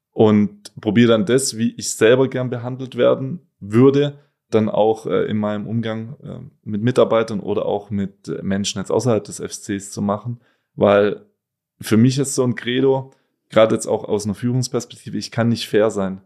Und probiere dann das, wie ich selber gern behandelt werden würde, dann auch äh, in meinem Umgang äh, mit Mitarbeitern oder auch mit äh, Menschen jetzt außerhalb des F C s zu machen. Weil für mich ist so ein Credo, gerade jetzt auch aus einer Führungsperspektive, ich kann nicht fair sein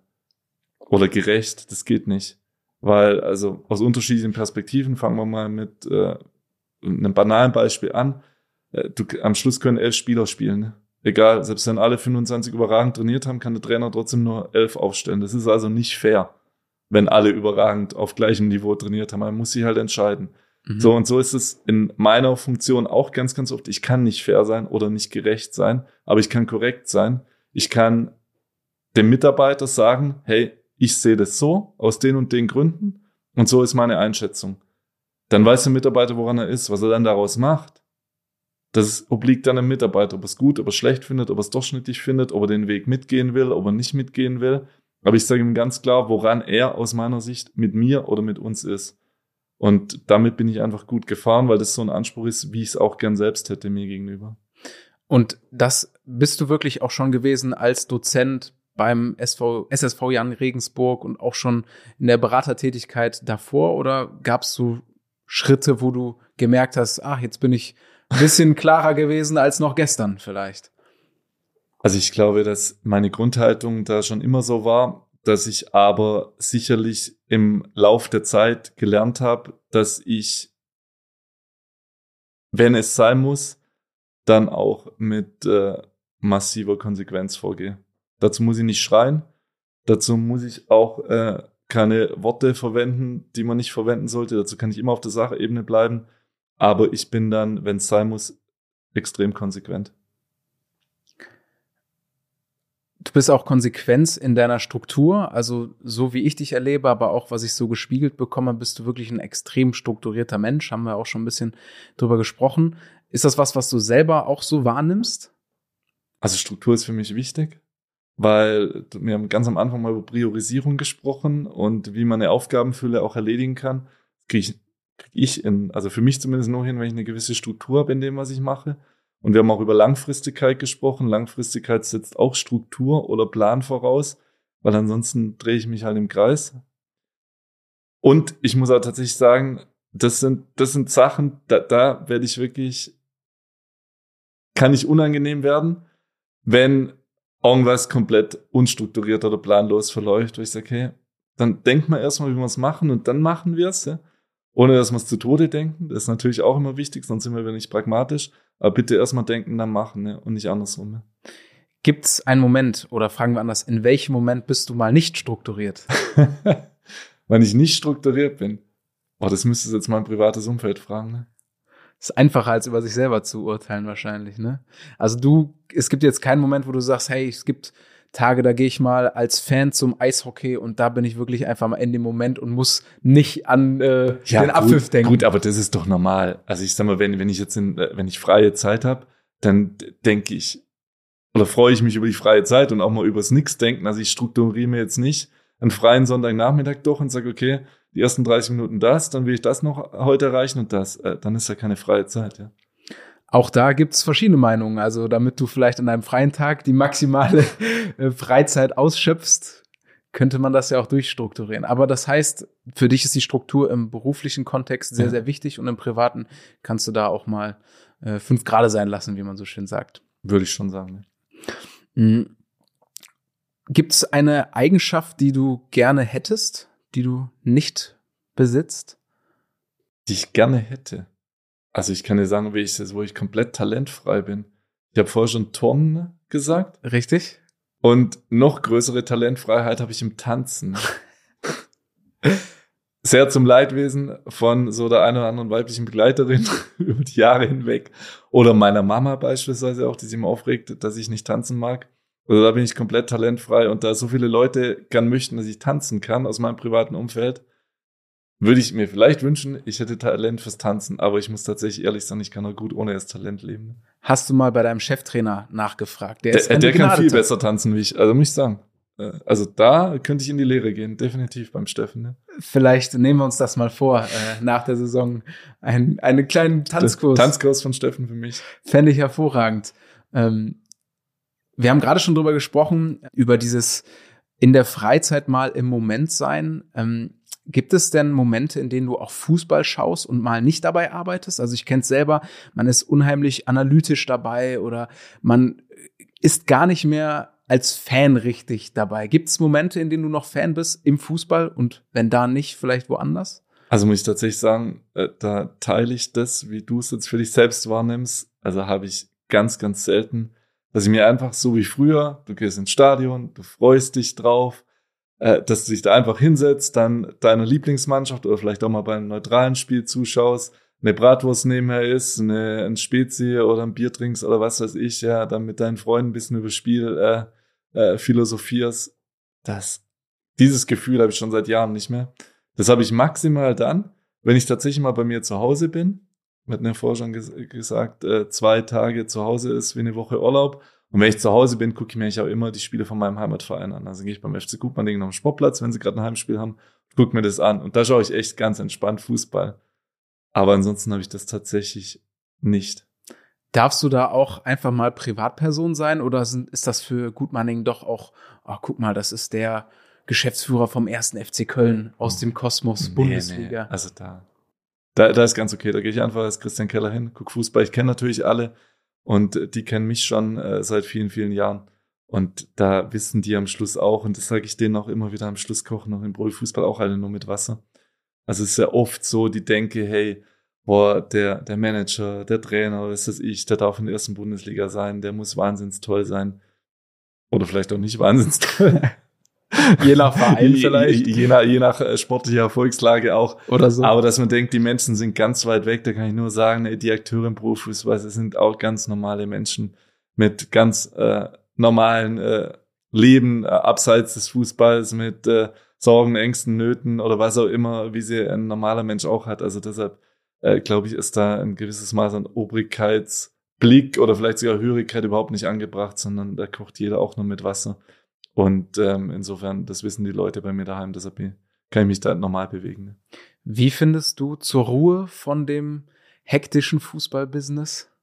oder gerecht, das geht nicht. Weil, also aus unterschiedlichen Perspektiven, fangen wir mal mit äh, einem banalen Beispiel an. Äh, du, am Schluss können elf Spieler spielen. Ne? Egal, selbst wenn alle fünfundzwanzig überragend trainiert haben, kann der Trainer trotzdem nur elf aufstellen. Das ist also nicht fair, wenn alle überragend auf gleichem Niveau trainiert haben. Man muss sich halt entscheiden. Mhm. So und so ist es in meiner Funktion auch ganz, ganz oft. Ich kann nicht fair sein oder nicht gerecht sein, aber ich kann korrekt sein. Ich kann dem Mitarbeiter sagen, hey, ich sehe das so, aus den und den Gründen und so ist meine Einschätzung. Dann weiß der Mitarbeiter, woran er ist, was er dann daraus macht. Das obliegt dann dem Mitarbeiter, ob er es gut, ob er es schlecht findet, ob er es durchschnittlich findet, ob er den Weg mitgehen will, ob er nicht mitgehen will. Aber ich sage ihm ganz klar, woran er aus meiner Sicht mit mir oder mit uns ist. Und damit bin ich einfach gut gefahren, weil das so ein Anspruch ist, wie ich es auch gern selbst hätte mir gegenüber. Und das bist du wirklich auch schon gewesen als Dozent beim S V, S S V Jan Regensburg und auch schon in der Beratertätigkeit davor? Oder gab es so Schritte, wo du gemerkt hast, ach, jetzt bin ich ein bisschen klarer gewesen als noch gestern vielleicht? Also ich glaube, dass meine Grundhaltung da schon immer so war, dass ich aber sicherlich im Lauf der Zeit gelernt habe, dass ich, wenn es sein muss, dann auch mit äh, massiver Konsequenz vorgehe. Dazu muss ich nicht schreien, dazu muss ich auch äh, keine Worte verwenden, die man nicht verwenden sollte. Dazu kann ich immer auf der Sachebene bleiben, aber ich bin dann, wenn es sein muss, extrem konsequent. Du bist auch konsequent in deiner Struktur, also so wie ich dich erlebe, aber auch was ich so gespiegelt bekomme, bist du wirklich ein extrem strukturierter Mensch, haben wir auch schon ein bisschen drüber gesprochen. Ist das was, was du selber auch so wahrnimmst? Also Struktur ist für mich wichtig, weil wir haben ganz am Anfang mal über Priorisierung gesprochen und wie man eine Aufgabenfülle auch erledigen kann. Das kriege ich, krieg ich in, also für mich zumindest nur hin, wenn ich eine gewisse Struktur habe in dem, was ich mache. Und wir haben auch über Langfristigkeit gesprochen. Langfristigkeit setzt auch Struktur oder Plan voraus, weil ansonsten drehe ich mich halt im Kreis. Und ich muss auch tatsächlich sagen, das sind, das sind Sachen, da, da werde ich wirklich, kann ich unangenehm werden, wenn irgendwas komplett unstrukturiert oder planlos verläuft, wo ich sage, okay, dann denkt man erstmal, wie wir es machen und dann machen wir es, ja? Ohne dass wir es zu Tode denken. Das ist natürlich auch immer wichtig, sonst sind wir wieder nicht pragmatisch. Aber bitte erstmal denken, dann machen, ja? Und nicht andersrum. Ja? Gibt es einen Moment, oder fragen wir anders, in welchem Moment bist du mal nicht strukturiert? Wenn ich nicht strukturiert bin. Oh, das müsstest du jetzt mal ein privates Umfeld fragen, ne? Ist einfacher, als über sich selber zu urteilen wahrscheinlich, ne? Also du, es gibt jetzt keinen Moment, wo du sagst, hey, es gibt Tage, da gehe ich mal als Fan zum Eishockey und da bin ich wirklich einfach mal in dem Moment und muss nicht an äh, ja, den Abpfiff gut, denken. Gut, aber das ist doch normal. Also ich sag mal, wenn, wenn ich jetzt in, wenn ich freie Zeit habe, dann denke ich oder freue ich mich über die freie Zeit und auch mal übers Nix denken. Also ich strukturiere mir jetzt nicht einen freien Sonntagnachmittag durch und sage, okay, die ersten dreißig Minuten das, dann will ich das noch heute erreichen und das. Äh, dann ist ja keine freie Zeit, ja. Auch da gibt's verschiedene Meinungen. Also damit du vielleicht an einem freien Tag die maximale äh, Freizeit ausschöpfst, könnte man das ja auch durchstrukturieren. Aber das heißt, für dich ist die Struktur im beruflichen Kontext sehr, ja. sehr wichtig und im privaten kannst du da auch mal äh, fünf Grade sein lassen, wie man so schön sagt. Würde ich schon sagen. Ja. Mhm. Gibt's eine Eigenschaft, die du gerne hättest, die du nicht besitzt? Die ich gerne hätte. Also ich kann dir sagen, wie ich es, wo ich komplett talentfrei bin. Ich habe vorher schon Turnen gesagt. Richtig. Und noch größere Talentfreiheit habe ich im Tanzen. Sehr zum Leidwesen von so der einen oder anderen weiblichen Begleiterin über die Jahre hinweg. Oder meiner Mama beispielsweise auch, die sich immer aufregt, dass ich nicht tanzen mag. Also da bin ich komplett talentfrei. Und da so viele Leute gern möchten, dass ich tanzen kann aus meinem privaten Umfeld, würde ich mir vielleicht wünschen, ich hätte Talent fürs Tanzen. Aber ich muss tatsächlich ehrlich sein, ich kann auch gut ohne das Talent leben. Hast du mal bei deinem Cheftrainer nachgefragt? Der, ist der, der kann viel besser tanzen wie ich. Also muss ich sagen. Also da könnte ich in die Lehre gehen, definitiv beim Steffen. Ne? Vielleicht nehmen wir uns das mal vor, äh, nach der Saison ein, einen kleinen Tanzkurs. Tanzkurs von Steffen für mich. Fände ich hervorragend. Ähm, wir haben gerade schon drüber gesprochen, über dieses in der Freizeit mal im Moment sein. Ähm, gibt es denn Momente, in denen du auch Fußball schaust und mal nicht dabei arbeitest? Also ich kenne es selber, man ist unheimlich analytisch dabei oder man ist gar nicht mehr als Fan richtig dabei. Gibt es Momente, in denen du noch Fan bist im Fußball und wenn da nicht, vielleicht woanders? Also muss ich tatsächlich sagen, äh, da teile ich das, wie du es jetzt für dich selbst wahrnimmst. Also habe ich ganz, ganz selten, dass ich mir einfach so wie früher, du gehst ins Stadion, du freust dich drauf, äh, dass du dich da einfach hinsetzt, dann deiner Lieblingsmannschaft oder vielleicht auch mal bei einem neutralen Spiel zuschaust, eine Bratwurst nebenher isst, eine, ein Spezi oder ein Bier trinkst oder was weiß ich, ja, dann mit deinen Freunden ein bisschen über Spiel äh, äh, philosophierst. Das, dieses Gefühl habe ich schon seit Jahren nicht mehr. Das habe ich maximal dann, wenn ich tatsächlich mal bei mir zu Hause bin. Wir hatten ja vorher schon ges- gesagt, äh, zwei Tage zu Hause ist wie eine Woche Urlaub. Und wenn ich zu Hause bin, gucke ich mir eigentlich auch immer die Spiele von meinem Heimatverein an. Also gehe ich beim F C Gutmanningen auf den Sportplatz, wenn sie gerade ein Heimspiel haben, gucke mir das an. Und da schaue ich echt ganz entspannt Fußball. Aber ansonsten habe ich das tatsächlich nicht. Darfst du da auch einfach mal Privatperson sein oder sind, ist das für Gutmanningen doch auch, oh, guck mal, das ist der Geschäftsführer vom ersten F C Köln aus dem Kosmos Nee, Bundesliga? Nee. Also da, da, da ist ganz okay. Da gehe ich einfach als Christian Keller hin, guck Fußball. Ich kenne natürlich alle und die kennen mich schon äh, seit vielen, vielen Jahren. Und da wissen die am Schluss auch, und das sage ich denen auch immer wieder am Schluss, kochen noch im Profifußball auch alle nur mit Wasser. Also es ist ja oft so, die denke, hey, boah, der, der Manager, der Trainer, was weiß ich, der darf in der ersten Bundesliga sein, der muss wahnsinnig toll sein. Oder vielleicht auch nicht wahnsinnig toll. Je nach Verein vielleicht. Je, je, nach, je nach sportlicher Erfolgslage auch. Oder so. Aber dass man denkt, die Menschen sind ganz weit weg, da kann ich nur sagen, ey, die Akteure im Profifußball sind auch ganz normale Menschen mit ganz äh, normalen äh, Leben äh, abseits des Fußballs, mit äh, Sorgen, Ängsten, Nöten oder was auch immer, wie sie ein normaler Mensch auch hat. Also deshalb äh, glaube ich, ist da ein gewisses Maß an Obrigkeitsblick oder vielleicht sogar Hörigkeit überhaupt nicht angebracht, sondern da kocht jeder auch nur mit Wasser. Und ähm, insofern, das wissen die Leute bei mir daheim, deshalb kann ich mich da normal bewegen. Ne? Wie findest du zur Ruhe von dem hektischen Fußballbusiness?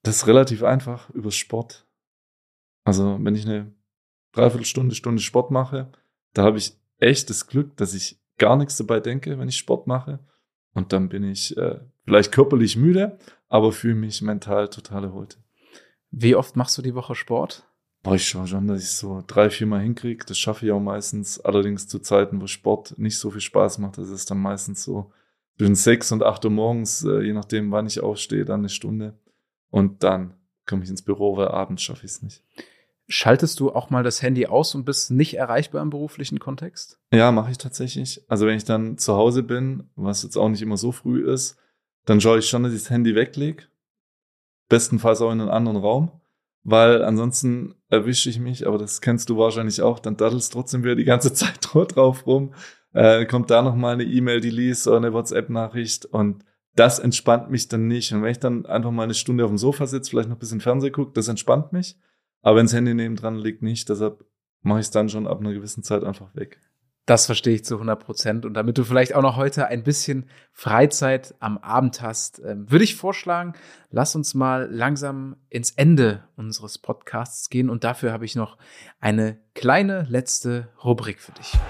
Das ist relativ einfach über Sport. Also wenn ich eine Dreiviertelstunde, Stunde Sport mache, da habe ich echt das Glück, dass ich gar nichts dabei denke, wenn ich Sport mache. Und dann bin ich äh, vielleicht körperlich müde, aber fühle mich mental total erholt. Wie oft machst du die Woche Sport? Boah, ich schaue schon, dass ich so drei, vier Mal hinkriege. Das schaffe ich auch meistens. Allerdings zu Zeiten, wo Sport nicht so viel Spaß macht. Das ist dann meistens so zwischen sechs und acht Uhr morgens, äh, je nachdem, wann ich aufstehe, dann eine Stunde. Und dann komme ich ins Büro, weil abends schaffe ich es nicht. Schaltest du auch mal das Handy aus und bist nicht erreichbar im beruflichen Kontext? Ja, mache ich tatsächlich. Also wenn ich dann zu Hause bin, was jetzt auch nicht immer so früh ist, dann schaue ich schon, dass ich das Handy weglege. Bestenfalls auch in einen anderen Raum, weil ansonsten erwische ich mich, aber das kennst du wahrscheinlich auch, dann daddelst trotzdem wieder die ganze Zeit drauf rum. Äh, kommt da nochmal eine E-Mail, die liest, oder eine WhatsApp-Nachricht und das entspannt mich dann nicht. Und wenn ich dann einfach mal eine Stunde auf dem Sofa sitze, vielleicht noch ein bisschen Fernsehen gucke, das entspannt mich. Aber wenn das Handy nebendran liegt, nicht. Deshalb mache ich es dann schon ab einer gewissen Zeit einfach weg. Das verstehe ich zu hundert Prozent. Und damit du vielleicht auch noch heute ein bisschen Freizeit am Abend hast, ähm, würde ich vorschlagen, lass uns mal langsam ins Ende unseres Podcasts gehen. Und dafür habe ich noch eine kleine letzte Rubrik für dich.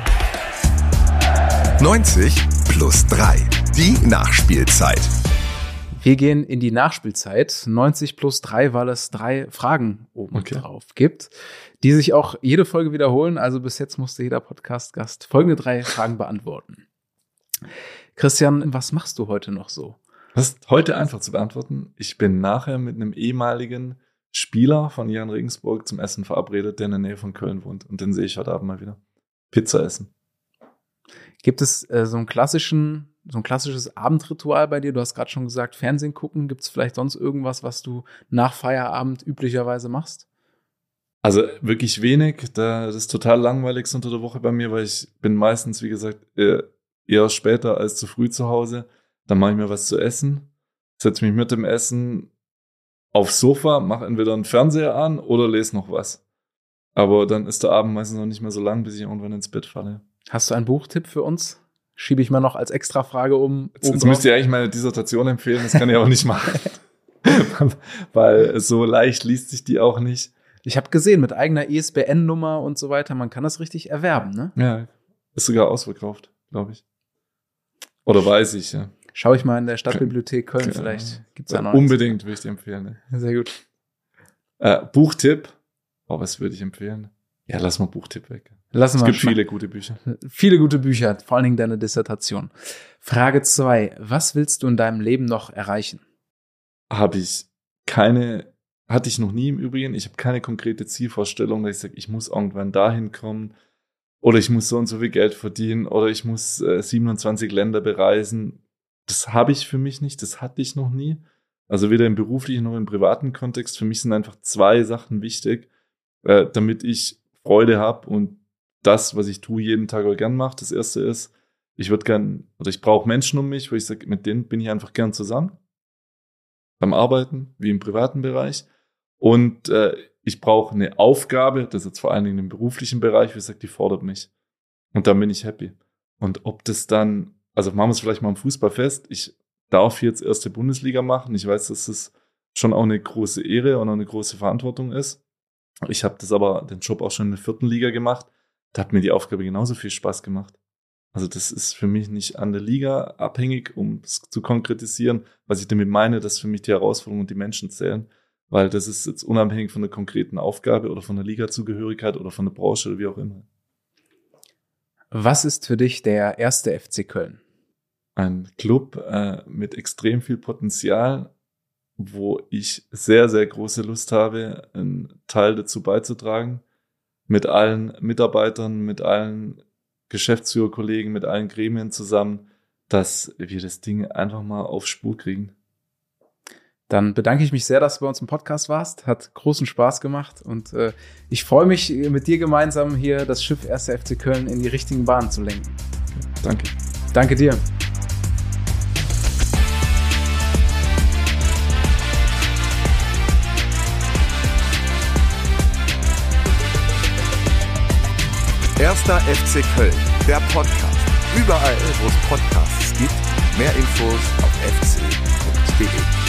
neunzig plus drei. Die Nachspielzeit. Wir gehen in die Nachspielzeit. neunzig plus drei, weil es drei Fragen oben okay. drauf gibt, die sich auch jede Folge wiederholen. Also bis jetzt musste jeder Podcast-Gast folgende drei Fragen beantworten. Christian, was machst du heute noch so? Das ist heute einfach zu beantworten. Ich bin nachher mit einem ehemaligen Spieler von Jan Regensburg zum Essen verabredet, der in der Nähe von Köln wohnt. Und den sehe ich heute Abend mal wieder. Pizza essen. Gibt es äh, so einen klassischen So ein klassisches Abendritual bei dir? Du hast gerade schon gesagt, Fernsehen gucken. Gibt es vielleicht sonst irgendwas, was du nach Feierabend üblicherweise machst? Also wirklich wenig. Das ist total langweilig unter der Woche bei mir, weil ich bin meistens, wie gesagt, eher später als zu früh zu Hause. Dann mache ich mir was zu essen, setze mich mit dem Essen aufs Sofa, mache entweder einen Fernseher an oder lese noch was. Aber dann ist der Abend meistens noch nicht mehr so lang, bis ich irgendwann ins Bett falle. Hast du einen Buchtipp für uns? Schiebe ich mal noch als Extrafrage um. Jetzt, jetzt müsst ihr eigentlich meine Dissertation empfehlen, das kann ich aber nicht machen. Weil so leicht liest sich die auch nicht. Ich habe gesehen, mit eigener I S B N-Nummer und so weiter, man kann das richtig erwerben, ne? Ja, ist sogar ausverkauft, glaube ich. Oder weiß ich, ja. Schau ich mal in der Stadtbibliothek Köln, okay. Vielleicht gibt's da noch. Unbedingt, würde ich dir empfehlen. Ne? Sehr gut. Äh, Buchtipp. Oh, was würde ich empfehlen? Ja, lass mal Buchtipp weg. Lassen es wir gibt viele gute Bücher. Viele gute Bücher, vor allen Dingen deine Dissertation. Frage zwei. Was willst du in deinem Leben noch erreichen? Habe ich keine, hatte ich noch nie im Übrigen. Ich habe keine konkrete Zielvorstellung, dass ich sage, ich muss irgendwann dahin kommen oder ich muss so und so viel Geld verdienen oder ich muss äh, siebenundzwanzig Länder bereisen. Das habe ich für mich nicht, das hatte ich noch nie. Also weder im beruflichen noch im privaten Kontext. Für mich sind einfach zwei Sachen wichtig, äh, damit ich Freude habe und das, was ich tue, jeden Tag auch gern mache. Das erste ist, ich würde gern, oder ich brauche Menschen um mich, wo ich sage, mit denen bin ich einfach gern zusammen. Beim Arbeiten, wie im privaten Bereich. Und äh, ich brauche eine Aufgabe, das ist jetzt vor allen Dingen im beruflichen Bereich, wo ich sage, die fordert mich. Und dann bin ich happy. Und ob das dann, also machen wir es vielleicht mal im Fußball fest, ich darf jetzt erste Bundesliga machen. Ich weiß, dass es schon auch eine große Ehre und auch eine große Verantwortung ist. Ich habe das aber, den Job auch schon in der vierten Liga gemacht. Da hat mir die Aufgabe genauso viel Spaß gemacht. Also das ist für mich nicht an der Liga abhängig, um es zu konkretisieren, was ich damit meine, dass für mich die Herausforderungen und die Menschen zählen, weil das ist jetzt unabhängig von der konkreten Aufgabe oder von der Liga-Zugehörigkeit oder von der Branche oder wie auch immer. Was ist für dich der erste F C Köln? Ein Club äh, mit extrem viel Potenzial, wo ich sehr, sehr große Lust habe, einen Teil dazu beizutragen, mit allen Mitarbeitern, mit allen Geschäftsführerkollegen, mit allen Gremien zusammen, dass wir das Ding einfach mal auf Spur kriegen. Dann bedanke ich mich sehr, dass du bei uns im Podcast warst. Hat großen Spaß gemacht und äh, ich freue mich, mit dir gemeinsam hier das Schiff erster F C Köln in die richtigen Bahnen zu lenken. Danke. Danke dir. Erster F C Köln, der Podcast. Überall, wo es Podcasts gibt. Mehr Infos auf f c punkt d e.